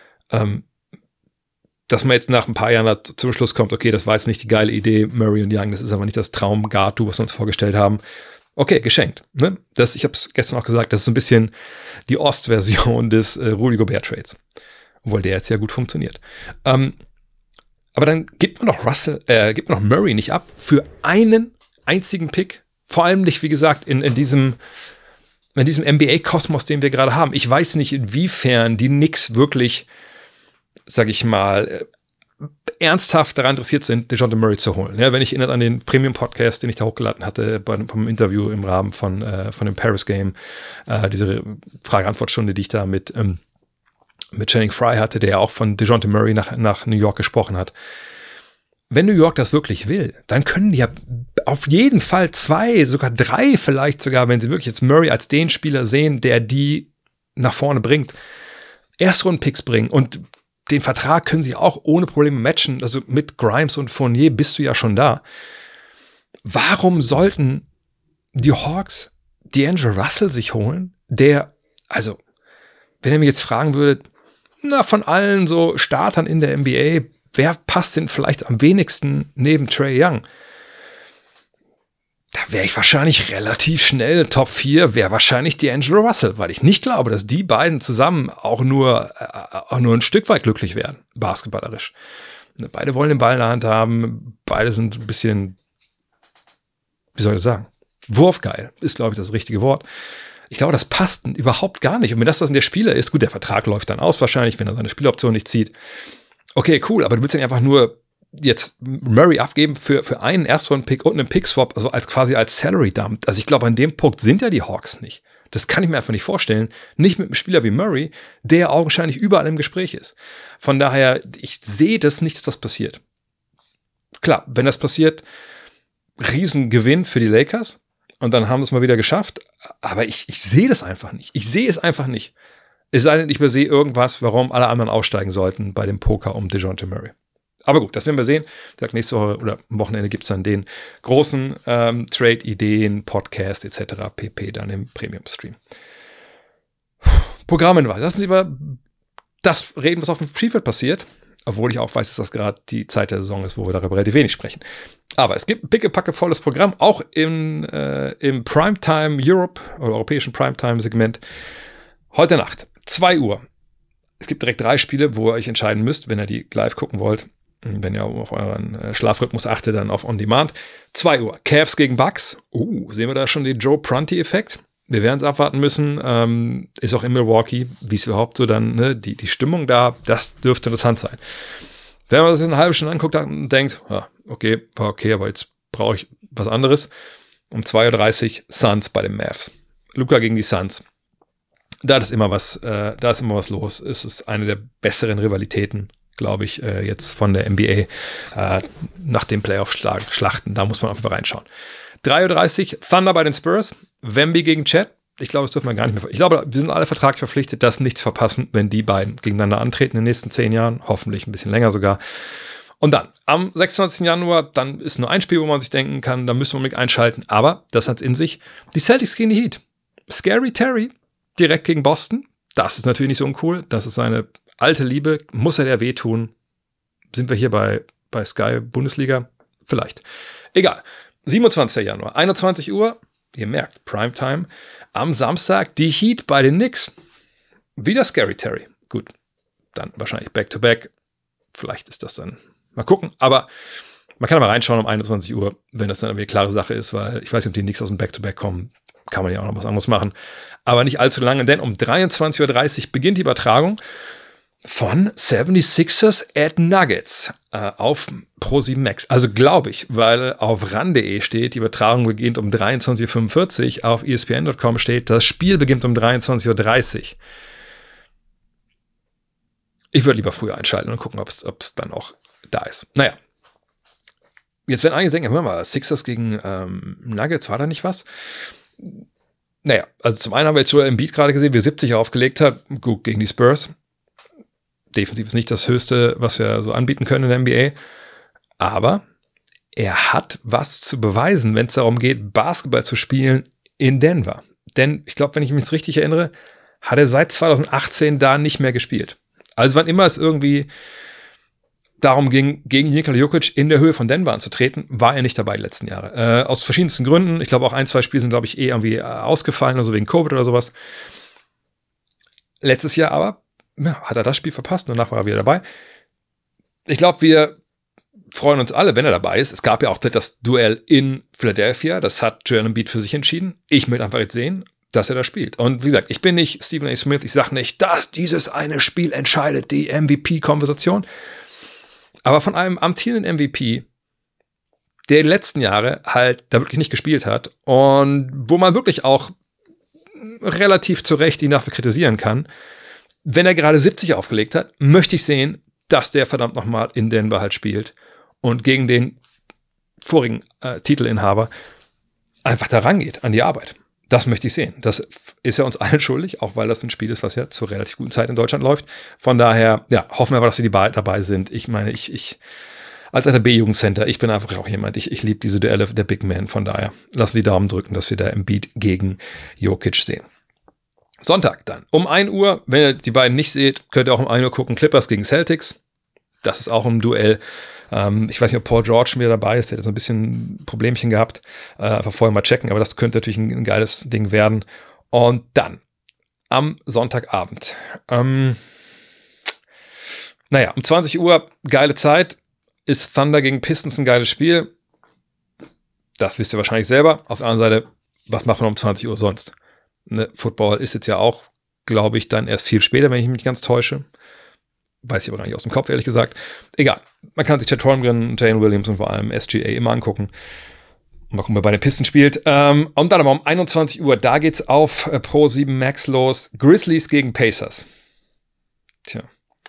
Speaker 2: Dass man jetzt nach ein paar Jahren zum Schluss kommt, okay, das war jetzt nicht die geile Idee, Murray und Young, das ist aber nicht das Traum-Guard, was wir uns vorgestellt haben. Okay, geschenkt. Ne? Ich habe es gestern auch gesagt, das ist so ein bisschen die Ostversion des Rudy Gobert-Trades. Obwohl der jetzt ja gut funktioniert. Aber dann gibt man doch Murray nicht ab für einen einzigen Pick. Vor allem nicht, wie gesagt, in diesem NBA-Kosmos, den wir gerade haben. Ich weiß nicht, inwiefern die Knicks wirklich, sag ich mal, ernsthaft daran interessiert sind, DeJounte Murray zu holen. Ja, wenn ich erinnere an den Premium-Podcast, den ich da hochgeladen hatte, beim Interview im Rahmen von dem Paris-Game, diese Frage-Antwort-Stunde, die ich da mit Channing Frye hatte, der ja auch von DeJounte Murray nach New York gesprochen hat. Wenn New York das wirklich will, dann können die ja auf jeden Fall 2, sogar 3 vielleicht sogar, wenn sie wirklich jetzt Murray als den Spieler sehen, der die nach vorne bringt, Erstrunden-Picks bringen und den Vertrag können sie auch ohne Probleme matchen. Also mit Grimes und Fournier bist du ja schon da. Warum sollten die Hawks D'Angelo Russell sich holen, der, also, wenn er mich jetzt fragen würde, von allen so Startern in der NBA, wer passt denn vielleicht am wenigsten neben Trae Young? Da wäre ich wahrscheinlich relativ schnell Top 4, wäre wahrscheinlich D'Angelo Russell, weil ich nicht glaube, dass die beiden zusammen auch nur ein Stück weit glücklich werden, basketballerisch. Beide wollen den Ball in der Hand haben, beide sind ein bisschen, wie soll ich das sagen, wurfgeil ist, glaube ich, das richtige Wort. Ich glaube, das passt überhaupt gar nicht. Und wenn das der Spieler ist, gut, der Vertrag läuft dann aus wahrscheinlich, wenn er seine Spieloption nicht zieht. Okay, cool, aber du willst ja einfach nur jetzt Murray abgeben für einen Erstrunden-Pick und einen Pick-Swap, also quasi als Salary-Dump. Also ich glaube, an dem Punkt sind ja die Hawks nicht. Das kann ich mir einfach nicht vorstellen. Nicht mit einem Spieler wie Murray, der augenscheinlich überall im Gespräch ist. Von daher, ich sehe das nicht, dass das passiert. Klar, wenn das passiert, Riesengewinn für die Lakers und dann haben sie es mal wieder geschafft. Aber ich sehe das einfach nicht. Ich sehe es einfach nicht. Es sei denn, ich übersehe irgendwas, warum alle anderen aussteigen sollten bei dem Poker um DeJounte Murray. Aber gut, das werden wir sehen. Ich sag, nächste Woche oder am Wochenende gibt es dann den großen Trade-Ideen, Podcast etc. pp. Dann im Premium-Stream. Programmhinweis. Lassen Sie über das reden, was auf dem Spielfeld passiert. Obwohl ich auch weiß, dass das gerade die Zeit der Saison ist, wo wir darüber relativ wenig sprechen. Aber es gibt ein pickepackevolles Programm, auch im Primetime Europe oder europäischen Primetime-Segment. Heute Nacht, 2 Uhr. Es gibt direkt 3 Spiele, wo ihr euch entscheiden müsst, wenn ihr die live gucken wollt. Wenn ihr auf euren Schlafrhythmus achtet, dann auf On Demand. 2 Uhr, Cavs gegen Bucks. Sehen wir da schon den Joe Prunty-Effekt? Wir werden es abwarten müssen. Ist auch in Milwaukee, wie es überhaupt so dann, ne, die Stimmung da, das dürfte interessant sein. Wenn man das in einer halben Stunde anguckt und denkt, okay, war okay, aber jetzt brauche ich was anderes. Um 2:30 Uhr Suns bei den Mavs. Luka gegen die Suns. Da ist immer was los. Es ist eine der besseren Rivalitäten, glaube ich, jetzt von der NBA nach den Playoff-Schlachten. Da muss man einfach reinschauen. 3:30 Uhr Thunder bei den Spurs. Wemby gegen Chet. Ich glaube, das dürfen wir gar nicht mehr. Ich glaube, wir sind alle vertraglich verpflichtet, das nicht zu verpassen, wenn die beiden gegeneinander antreten in den nächsten 10 Jahren. Hoffentlich ein bisschen länger sogar. Und dann, am 26. Januar, dann ist nur ein Spiel, wo man sich denken kann, da müssen wir mit einschalten. Aber das hat's in sich. Die Celtics gegen die Heat. Scary Terry direkt gegen Boston. Das ist natürlich nicht so uncool. Das ist seine alte Liebe. Muss er der wehtun? Sind wir hier bei Sky Bundesliga? Vielleicht. Egal. 27. Januar, 21 Uhr. Ihr merkt, Primetime. Am Samstag die Heat bei den Knicks. Wieder Scary Terry. Gut, dann wahrscheinlich Back-to-Back. Vielleicht ist das dann, mal gucken. Aber man kann mal reinschauen um 21 Uhr, wenn das dann eine klare Sache ist, weil ich weiß nicht, ob die Knicks aus dem Back-to-Back kommen. Kann man ja auch noch was anderes machen. Aber nicht allzu lange, denn um 23:30 Uhr beginnt die Übertragung von 76ers at Nuggets auf Pro7 Max. Also glaube ich, weil auf ran.de steht, die Übertragung beginnt um 23:45 Uhr, auf ESPN.com steht, das Spiel beginnt um 23:30 Uhr. Ich würde lieber früher einschalten und gucken, ob es dann auch da ist. Naja. Jetzt werden einige denken, hör mal, Sixers gegen Nuggets, war da nicht was? Naja, also zum einen haben wir jetzt Joel Embiid gerade gesehen, wie er 70 aufgelegt hat, gut, gegen die Spurs. Defensiv ist nicht das Höchste, was wir so anbieten können in der NBA. Aber er hat was zu beweisen, wenn es darum geht, Basketball zu spielen in Denver. Denn ich glaube, wenn ich mich jetzt richtig erinnere, hat er seit 2018 da nicht mehr gespielt. Also wann immer es irgendwie darum ging, gegen Nikola Jokic in der Höhe von Denver anzutreten, war er nicht dabei die letzten Jahre. Aus verschiedensten Gründen. Ich glaube, auch 1, 2 Spiele sind, glaube ich, irgendwie ausgefallen, also wegen Covid oder sowas. Letztes Jahr aber hat er das Spiel verpasst und danach war er wieder dabei. Ich glaube, wir freuen uns alle, wenn er dabei ist. Es gab ja auch das Duell in Philadelphia. Das hat Joel Embiid für sich entschieden. Ich möchte einfach jetzt sehen, dass er da spielt. Und wie gesagt, ich bin nicht Stephen A. Smith. Ich sage nicht, dass dieses eine Spiel entscheidet die MVP-Konversation. aber von einem amtierenden MVP, der die letzten Jahre halt da wirklich nicht gespielt hat und wo man wirklich auch relativ zu Recht ihn dafür kritisieren kann. Wenn er gerade 70 aufgelegt hat, möchte ich sehen, dass der verdammt nochmal in Denver halt spielt und gegen den vorigen Titelinhaber einfach da rangeht an die Arbeit. Das möchte ich sehen. Das ist ja uns allen schuldig, auch weil das ein Spiel ist, was ja zur relativ guten Zeit in Deutschland läuft. Von daher, ja, hoffen wir aber, dass sie dabei sind. Ich meine, ich als einer B-Jugendcenter, ich bin einfach auch jemand, ich liebe diese Duelle der Big Men. Von daher, lassen die Daumen drücken, dass wir da Embiid gegen Jokic sehen. Sonntag dann, um 1 Uhr, wenn ihr die beiden nicht seht, könnt ihr auch um 1 Uhr gucken, Clippers gegen Celtics. Das ist auch ein Duell. Ich weiß nicht, ob Paul George schon wieder dabei ist, der hat so ein bisschen Problemchen gehabt. Einfach vorher mal checken, aber das könnte natürlich ein geiles Ding werden. Und dann, am Sonntagabend, um 20 Uhr, geile Zeit, ist Thunder gegen Pistons ein geiles Spiel. Das wisst ihr wahrscheinlich selber. Auf der anderen Seite, was macht man um 20 Uhr sonst? Ne, Football ist jetzt ja auch, glaube ich, dann erst viel später, wenn ich mich nicht ganz täusche. Weiß ich aber gar nicht aus dem Kopf, ehrlich gesagt. Egal. Man kann sich Chet Holmgren, Jalen Williams und vor allem SGA immer angucken. Mal gucken, wer bei den Pistons spielt. Und dann aber um 21 Uhr, da geht's auf Pro7 Max los. Grizzlies gegen Pacers. Tja.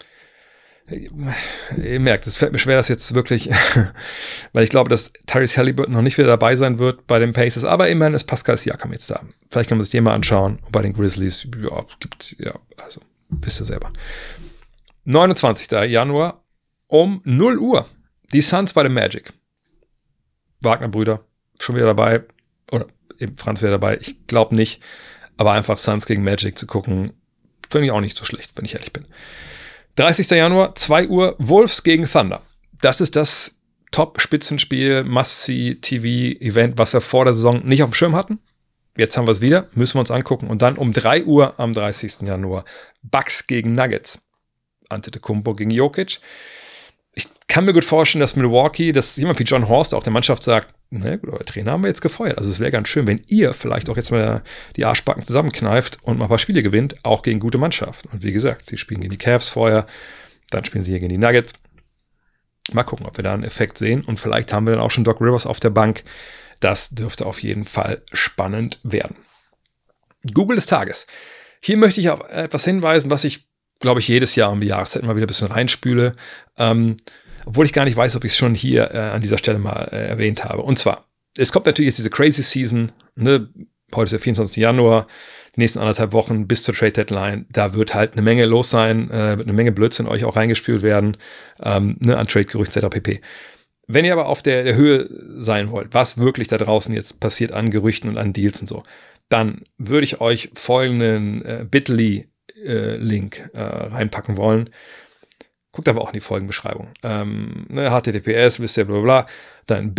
Speaker 2: Ihr merkt, es fällt mir schwer, das jetzt wirklich, weil ich glaube, dass Tyrese Halliburton noch nicht wieder dabei sein wird bei den Pacers, aber immerhin ist Pascal Siakam jetzt da. Vielleicht kann man sich den mal anschauen. Und bei den Grizzlies, also wisst ihr selber. 29. Januar um 0 Uhr. Die Suns bei dem Magic. Wagner-Brüder schon wieder dabei. Oder eben Franz wieder dabei. Ich glaube nicht. Aber einfach Suns gegen Magic zu gucken, finde ich auch nicht so schlecht, wenn ich ehrlich bin. 30. Januar, 2 Uhr, Wolves gegen Thunder. Das ist das Top-Spitzenspiel, Must-See-TV-Event, was wir vor der Saison nicht auf dem Schirm hatten. Jetzt haben wir es wieder, müssen wir uns angucken. Und dann um 3 Uhr am 30. Januar, Bucks gegen Nuggets. Antetokounmpo gegen Jokic. Ich kann mir gut vorstellen, dass Milwaukee, dass jemand wie John Horst auch der Mannschaft sagt, na gut, euer Trainer haben wir jetzt gefeuert. Also es wäre ganz schön, wenn ihr vielleicht auch jetzt mal die Arschbacken zusammenkneift und mal ein paar Spiele gewinnt, auch gegen gute Mannschaften. Und wie gesagt, sie spielen gegen die Cavs vorher, dann spielen sie hier gegen die Nuggets. Mal gucken, ob wir da einen Effekt sehen. Und vielleicht haben wir dann auch schon Doc Rivers auf der Bank. Das dürfte auf jeden Fall spannend werden. Google des Tages. Hier möchte ich auf etwas hinweisen, was ich, glaube ich, jedes Jahr um die Jahreszeit mal wieder ein bisschen reinspüle. Obwohl ich gar nicht weiß, ob ich es schon hier an dieser Stelle mal erwähnt habe. Und zwar, es kommt natürlich jetzt diese Crazy Season, ne? Heute ist der 24. Januar, die nächsten 1,5 Wochen bis zur Trade Deadline, da wird halt eine Menge los sein, wird eine Menge Blödsinn euch auch reingespült werden, an Trade-Gerüchten etc. pp. Wenn ihr aber auf der Höhe sein wollt, was wirklich da draußen jetzt passiert an Gerüchten und an Deals und so, dann würde ich euch folgenden Bitly-Link reinpacken wollen. Guckt aber auch in die Folgenbeschreibung. HTTPS, wisst ihr, bla bla. Dann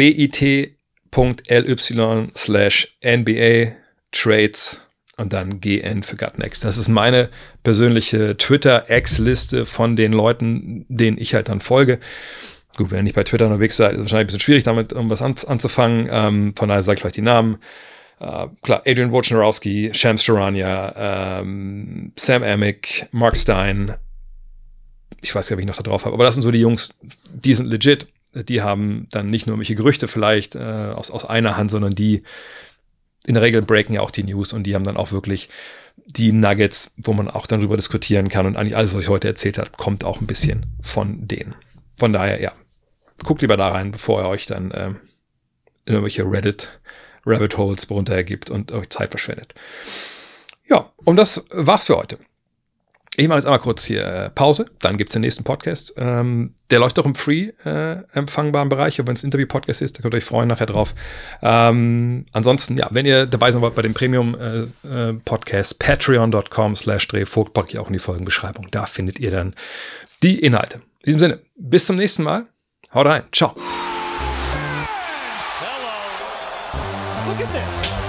Speaker 2: bit.ly/NBA Trades und dann GN für Gutnext. Das ist meine persönliche Twitter-X-Liste von den Leuten, denen ich halt dann folge. Gut, wenn ihr nicht bei Twitter unterwegs seid, ist es wahrscheinlich ein bisschen schwierig, damit irgendwas anzufangen. Von daher sage ich euch die Namen. Klar, Adrian Wojnarowski, Shams Charania, Sam Amick, Mark Stein. Ich weiß gar nicht, ob ich noch da drauf habe, aber das sind so die Jungs, die sind legit. Die haben dann nicht nur irgendwelche Gerüchte vielleicht aus einer Hand, sondern die in der Regel breaken ja auch die News und die haben dann auch wirklich die Nuggets, wo man auch dann drüber diskutieren kann und eigentlich alles, was ich heute erzählt habe, kommt auch ein bisschen von denen. Von daher, ja, guckt lieber da rein, bevor ihr euch dann in irgendwelche Rabbit Holes runtergibt und euch Zeit verschwendet. Ja, und das war's für heute. Ich mache jetzt einmal kurz hier Pause, dann gibt's den nächsten Podcast. Der läuft doch im free empfangbaren Bereich, wenn es ein Interview-Podcast ist, da könnt ihr euch freuen nachher drauf. Ansonsten, ja, wenn ihr dabei sein wollt bei dem Premium-Podcast, patreon.com/drehvogt, packe ich auch in die Folgenbeschreibung. Da findet ihr dann die Inhalte. In diesem Sinne, bis zum nächsten Mal. Haut rein. Ciao.
Speaker 1: Hello. Look at this.